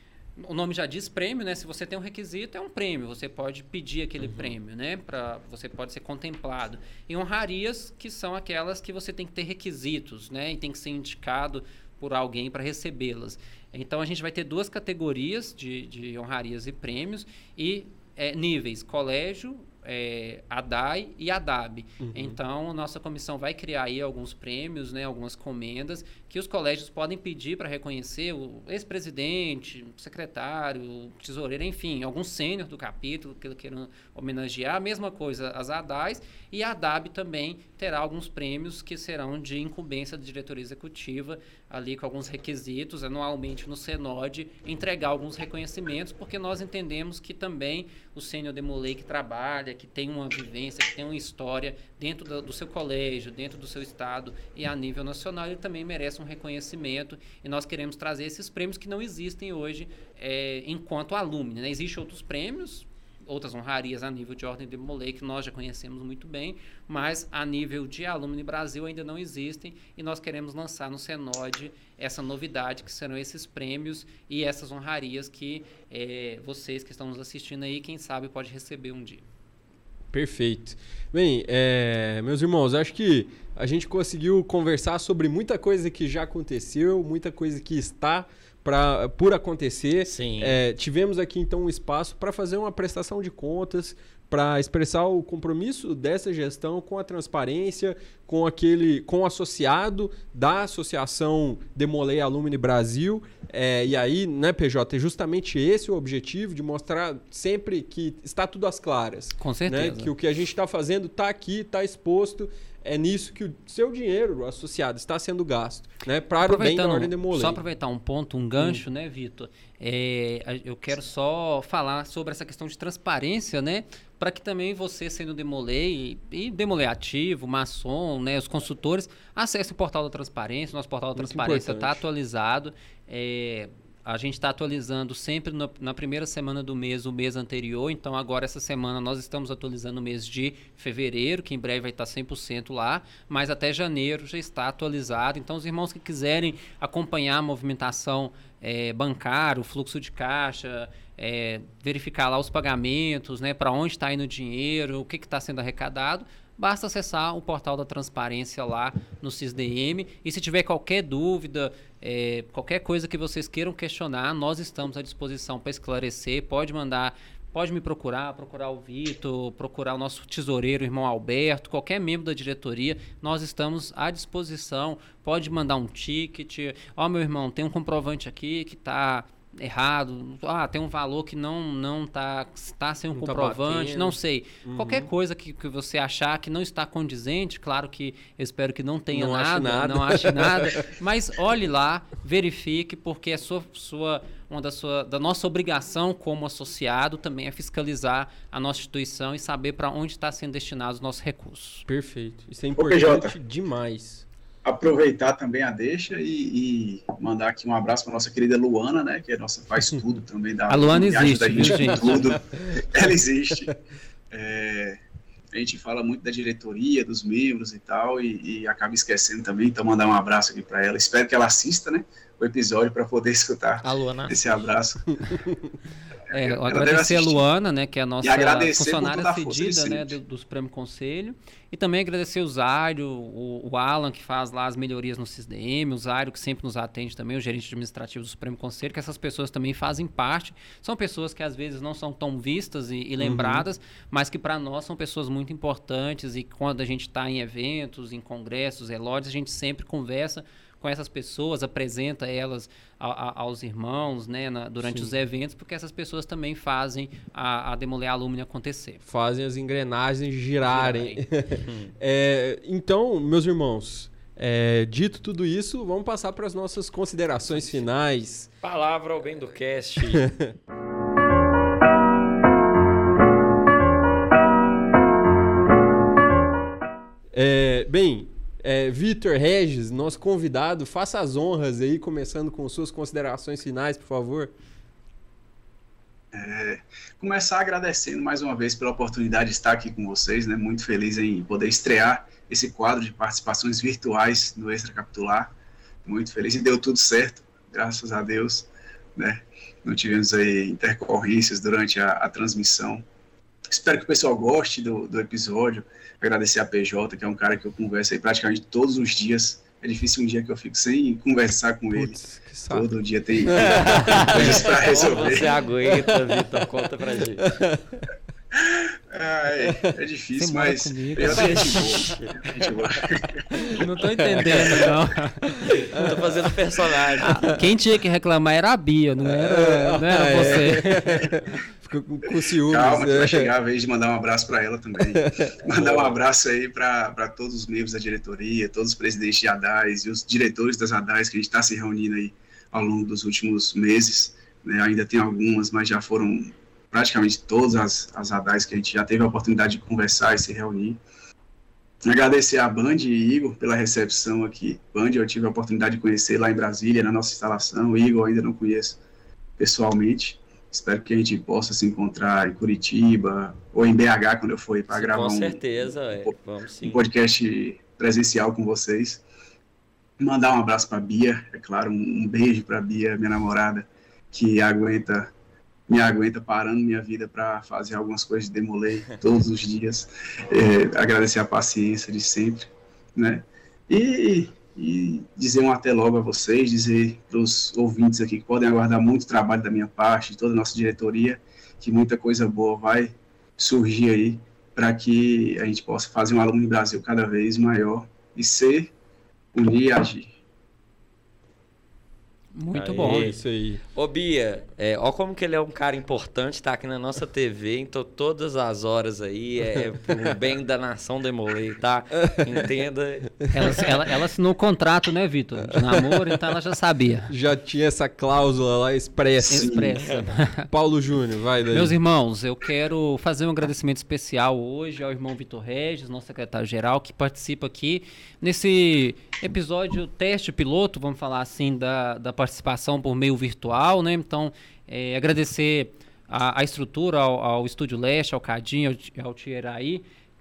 o nome já diz prêmio, né? Se você tem um requisito, é um prêmio. Você pode pedir aquele uhum. prêmio, né? Pra, você pode ser contemplado. E honrarias, que são aquelas que você tem que ter requisitos, né? E tem que ser indicado por alguém para recebê-las. Então, a gente vai ter duas categorias de, de honrarias e prêmios e é, níveis, colégio, é, A D A I e A D A B. Uhum. Então, nossa comissão vai criar aí alguns prêmios, né, algumas comendas que os colégios podem pedir para reconhecer o ex-presidente, o secretário, o tesoureiro, enfim, algum sênior do capítulo que queiram homenagear. A mesma coisa as A D A Is, e a A D A B também terá alguns prêmios que serão de incumbência da diretoria executiva, ali com alguns requisitos, anualmente no Senod, entregar alguns reconhecimentos, porque nós entendemos que também o sênior Demolei que trabalha, que tem uma vivência, que tem uma história dentro do, do seu colégio, dentro do seu estado e a nível nacional, ele também merece um reconhecimento, e nós queremos trazer esses prêmios que não existem hoje é, enquanto alumni, né? Existem outros prêmios, outras honrarias a nível de ordem de Demolei, que nós já conhecemos muito bem, mas a nível de Alumni Brasil ainda não existem, e nós queremos lançar no Senod essa novidade, que serão esses prêmios e essas honrarias que é, vocês que estão nos assistindo aí, quem sabe pode receber um dia. Perfeito. Bem, é, meus irmãos, acho que a gente conseguiu conversar sobre muita coisa que já aconteceu, muita coisa que está pra, por acontecer. Sim. É, tivemos aqui então um espaço para fazer uma prestação de contas, para expressar o compromisso dessa gestão com a transparência, com aquele, com o associado da Associação Demolei Alumni Brasil. É, e aí, né, P J, é justamente esse o objetivo, de mostrar sempre que está tudo às claras. Com certeza. Né? Que o que a gente está fazendo está aqui, está exposto. É nisso que o seu dinheiro associado está sendo gasto, né? Para o bem da Ordem Demolei. Só aproveitar um ponto, um gancho, hum. né, Vitor? É, eu quero só falar sobre essa questão de transparência, né? Para que também você, sendo Demolei e Demolei ativo, maçom, né, os consultores, acesse o portal da transparência. Nosso portal da Muito transparência está atualizado. É, a gente está atualizando sempre no, na primeira semana do mês, o mês anterior. Então, agora, essa semana, nós estamos atualizando o mês de fevereiro, que em breve vai estar cem por cento lá. Mas até janeiro já está atualizado. Então, os irmãos que quiserem acompanhar a movimentação é, bancária, o fluxo de caixa, é, verificar lá os pagamentos, né, para onde está indo o dinheiro, o que está sendo arrecadado, basta acessar o portal da transparência lá no C I S D M. E se tiver qualquer dúvida, é, qualquer coisa que vocês queiram questionar, nós estamos à disposição para esclarecer. Pode mandar, pode me procurar, procurar o Vitor, procurar o nosso tesoureiro, o irmão Alberto, qualquer membro da diretoria, nós estamos à disposição. Pode mandar um ticket. Ó, meu irmão, tem um comprovante aqui que está errado, ah, tem um valor que não não tá, tá sem um não comprovante, tá não sei. Uhum. Qualquer coisa que, que você achar que não está condizente, claro que eu espero que não tenha não nada, nada, não ache nada, mas olhe lá, verifique, porque é sua, sua, uma da, sua, da nossa obrigação como associado também é fiscalizar a nossa instituição e saber para onde está sendo destinados os nossos recursos. Perfeito. Isso é importante demais. Aproveitar também a deixa e, e mandar aqui um abraço para nossa querida Luana, né, que é nossa faz tudo também da a Luana existe, a gente com tudo. Ela existe. É, a gente fala muito da diretoria, dos membros e tal, e, e acaba esquecendo também, então mandar um abraço aqui para ela. Espero que ela assista, né, o episódio para poder escutar a Luana. Esse abraço. É, eu agradecer a Luana, né, que é a nossa funcionária cedida, né, do, do Supremo Conselho. E também agradecer o Zário, o, o Alan, que faz lá as melhorias no C I S D M, o Zário, que sempre nos atende também, o gerente administrativo do Supremo Conselho, que essas pessoas também fazem parte. São pessoas que às vezes não são tão vistas e, e lembradas, uhum. mas que para nós são pessoas muito importantes, e quando a gente está em eventos, em congressos, relógios, a gente sempre conversa com essas pessoas, apresenta elas a, a, aos irmãos, né, na, durante Sim. os eventos, porque essas pessoas também fazem a, a Demolei Alumni acontecer. Fazem as engrenagens girarem. é, então, meus irmãos, é, dito tudo isso, vamos passar para as nossas considerações finais. Palavra ao bem do cast. é, bem... É, Vitor Regis, nosso convidado, faça as honras aí, começando com suas considerações finais, por favor. É, começar agradecendo mais uma vez pela oportunidade de estar aqui com vocês, né? Muito feliz em poder estrear esse quadro de participações virtuais no Extra Capitular. Muito feliz, e deu tudo certo, graças a Deus, né? Não tivemos aí intercorrências durante a, a transmissão. Espero que o pessoal goste do, do episódio. Agradecer a P J, que é um cara que eu converso aí praticamente todos os dias. É difícil um dia que eu fico sem conversar com ele. Putz, todo dia tem coisas para resolver. Você aguenta, Vitor? Conta pra gente. Ah, é, é difícil, Você mas eu é gente boa. Gente boa. Não tô entendendo, não. Eu tô fazendo personagem. Ah, quem tinha que reclamar era a Bia, não era, não era você. Ficou com, com ciúmes. Calma, que é. vai chegar a vez de mandar um abraço para ela também. Mandar um abraço aí para todos os membros da diretoria, todos os presidentes de A D A S e os diretores das A D A S que a gente está se reunindo aí ao longo dos últimos meses. Né? Ainda tem algumas, mas já foram praticamente todas as, as A D A S que a gente já teve a oportunidade de conversar e se reunir. Agradecer a Band e Igor pela recepção aqui. Band eu tive a oportunidade de conhecer lá em Brasília, na nossa instalação. O Igor ainda não conheço pessoalmente. Espero que a gente possa se encontrar em Curitiba ou em B H quando eu for para gravar com um, certeza, um, é. Vamos, sim. um podcast presencial com vocês. Mandar um abraço para a Bia, é claro, um, um beijo para a Bia, minha namorada, que aguenta, me aguenta parando minha vida para fazer algumas coisas de Demolei todos os dias. É, agradecer a paciência de sempre, né? E... e dizer um até logo a vocês, dizer para os ouvintes aqui que podem aguardar muito trabalho da minha parte, de toda a nossa diretoria, que muita coisa boa vai surgir aí para que a gente possa fazer um Alumni Brasil cada vez maior e ser, unir e agir. Muito Aê. bom. Isso aí. Ô Bia, é, ó como que ele é um cara importante, tá aqui na nossa T V, então todas as horas aí, é pro bem da nação Demolei, tá? Entenda. Ela, ela, ela assinou o contrato, né, Vitor? De namoro, então ela já sabia. Já tinha essa cláusula lá expressa. Expressa. Paulo Júnior, vai daí. Meus irmãos, eu quero fazer um agradecimento especial hoje ao irmão Vitor Regis, nosso secretário-geral, que participa aqui nesse episódio teste piloto, vamos falar assim, da, da participação por meio virtual, né? Então, é, agradecer a, a estrutura, ao, ao Estúdio Leste, ao Cadinho, ao, ao Tieraí,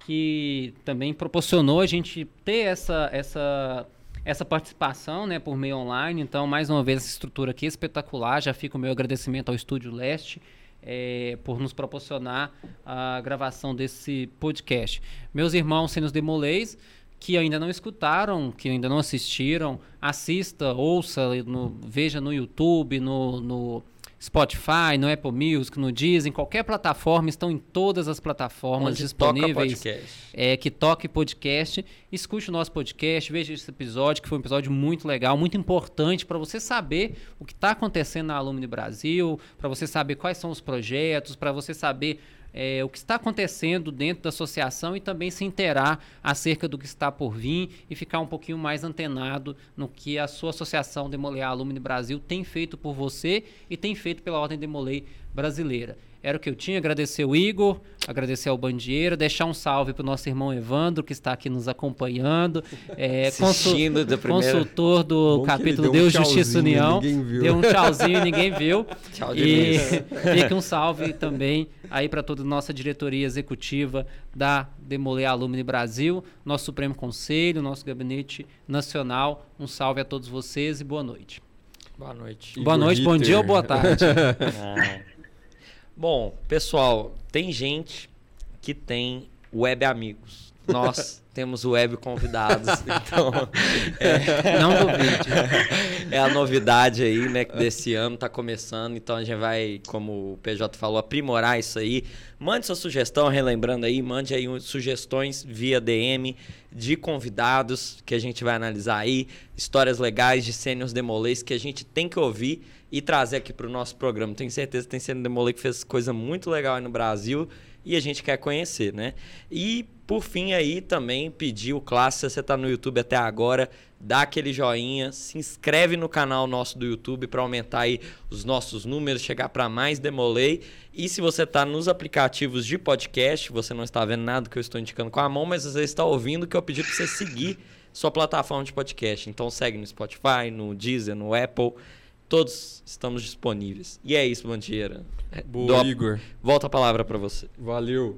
que também proporcionou a gente ter essa, essa, essa participação, né, por meio online. Então, mais uma vez, essa estrutura aqui é espetacular. Já fica o meu agradecimento ao Estúdio Leste é, por nos proporcionar a gravação desse podcast. Meus irmãos Sênios Demoleis, que ainda não escutaram, que ainda não assistiram, assista, ouça, no, veja no YouTube, no, no Spotify, no Apple Music, no Deezer, em qualquer plataforma, estão em todas as plataformas Onde disponíveis. toca podcast. É, que toque podcast. Escute o nosso podcast, veja esse episódio, que foi um episódio muito legal, muito importante para você saber o que está acontecendo na Alumni Brasil, para você saber quais são os projetos, para você saber É, o que está acontecendo dentro da associação e também se inteirar acerca do que está por vir e ficar um pouquinho mais antenado no que a sua associação Demolei Alumni Brasil tem feito por você e tem feito pela Ordem Demolei Brasileira. Era o que eu tinha, agradecer o Igor, agradecer ao Bandieira, deixar um salve para o nosso irmão Evandro, que está aqui nos acompanhando, é, Assistindo da primeira... consultor do Bom capítulo deu um Deus, Justiça e União. Deu um tchauzinho e ninguém viu. Tchau, E Diniz. fica um salve também aí para toda a nossa diretoria executiva da Demolei Alumni Brasil, nosso Supremo Conselho, nosso Gabinete Nacional. Um salve a todos vocês e boa noite. Boa noite. Igor boa noite, bom Ritter. dia ou boa tarde. Ah. Bom, pessoal, tem gente que tem web amigos. Nós temos web convidados. Então, é, Não duvide. é a novidade aí, né, que desse ano tá começando. Então a gente vai, como o P J falou, aprimorar isso aí. Mande sua sugestão, relembrando aí, mande aí sugestões via D M de convidados que a gente vai analisar aí, histórias legais de sêniors Demoleis que a gente tem que ouvir e trazer aqui para o nosso programa. Tenho certeza que tem sênior Demolei que fez coisa muito legal aí no Brasil e a gente quer conhecer, né? E, por fim, aí também pedir o clássico, se você está no YouTube até agora, dá aquele joinha, se inscreve no canal nosso do YouTube para aumentar aí os nossos números, chegar para mais Demolei. E se você está nos aplicativos de podcast, você não está vendo nada que eu estou indicando com a mão, mas você está ouvindo que eu pedi para você seguir sua plataforma de podcast. Então segue no Spotify, no Deezer, no Apple. Todos estamos disponíveis. E é isso, Bandieira. Boa, Do... Igor. Volta a palavra para você. Valeu.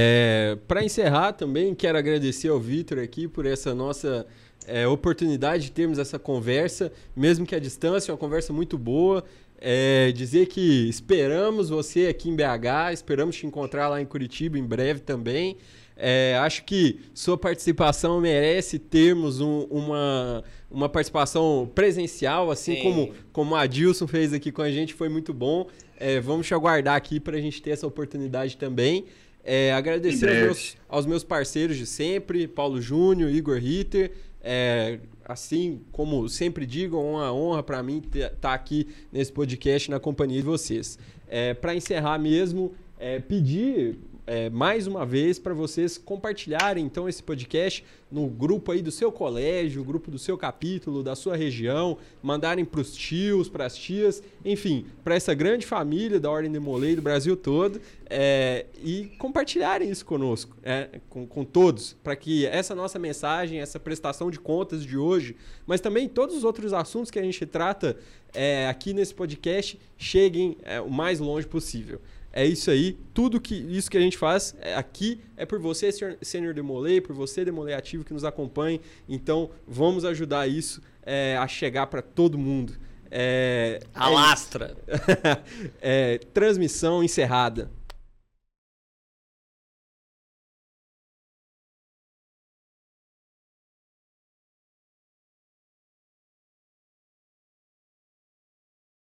É, para encerrar também, quero agradecer ao Vitor aqui por essa nossa é, oportunidade de termos essa conversa, mesmo que à distância, uma conversa muito boa. É, dizer que esperamos você aqui em B H, esperamos te encontrar lá em Curitiba em breve também. É, acho que sua participação merece termos um, uma, uma participação presencial, assim como, como a Adilson fez aqui com a gente, foi muito bom. É, vamos te aguardar aqui para a gente ter essa oportunidade também. É, agradecer aos meus, aos meus parceiros de sempre, Paulo Júnior, Igor Ritter. É, assim como sempre digo, é uma honra para mim estar tá aqui nesse podcast na companhia de vocês. É, para encerrar mesmo, é, pedir... É, mais uma vez para vocês compartilharem então esse podcast no grupo aí do seu colégio, grupo do seu capítulo, da sua região, mandarem para os tios, para as tias, enfim, para essa grande família da Ordem Demolei do Brasil todo, é, e compartilharem isso conosco, é, com, com todos, para que essa nossa mensagem, essa prestação de contas de hoje, mas também todos os outros assuntos que a gente trata é, aqui nesse podcast cheguem é, o mais longe possível. É isso aí, tudo que, isso que a gente faz aqui é por você, Sênior Demolei, por você, Demolei Ativo, que nos acompanha. Então, vamos ajudar isso é, a chegar para todo mundo. É, Alastra! É, é, transmissão encerrada.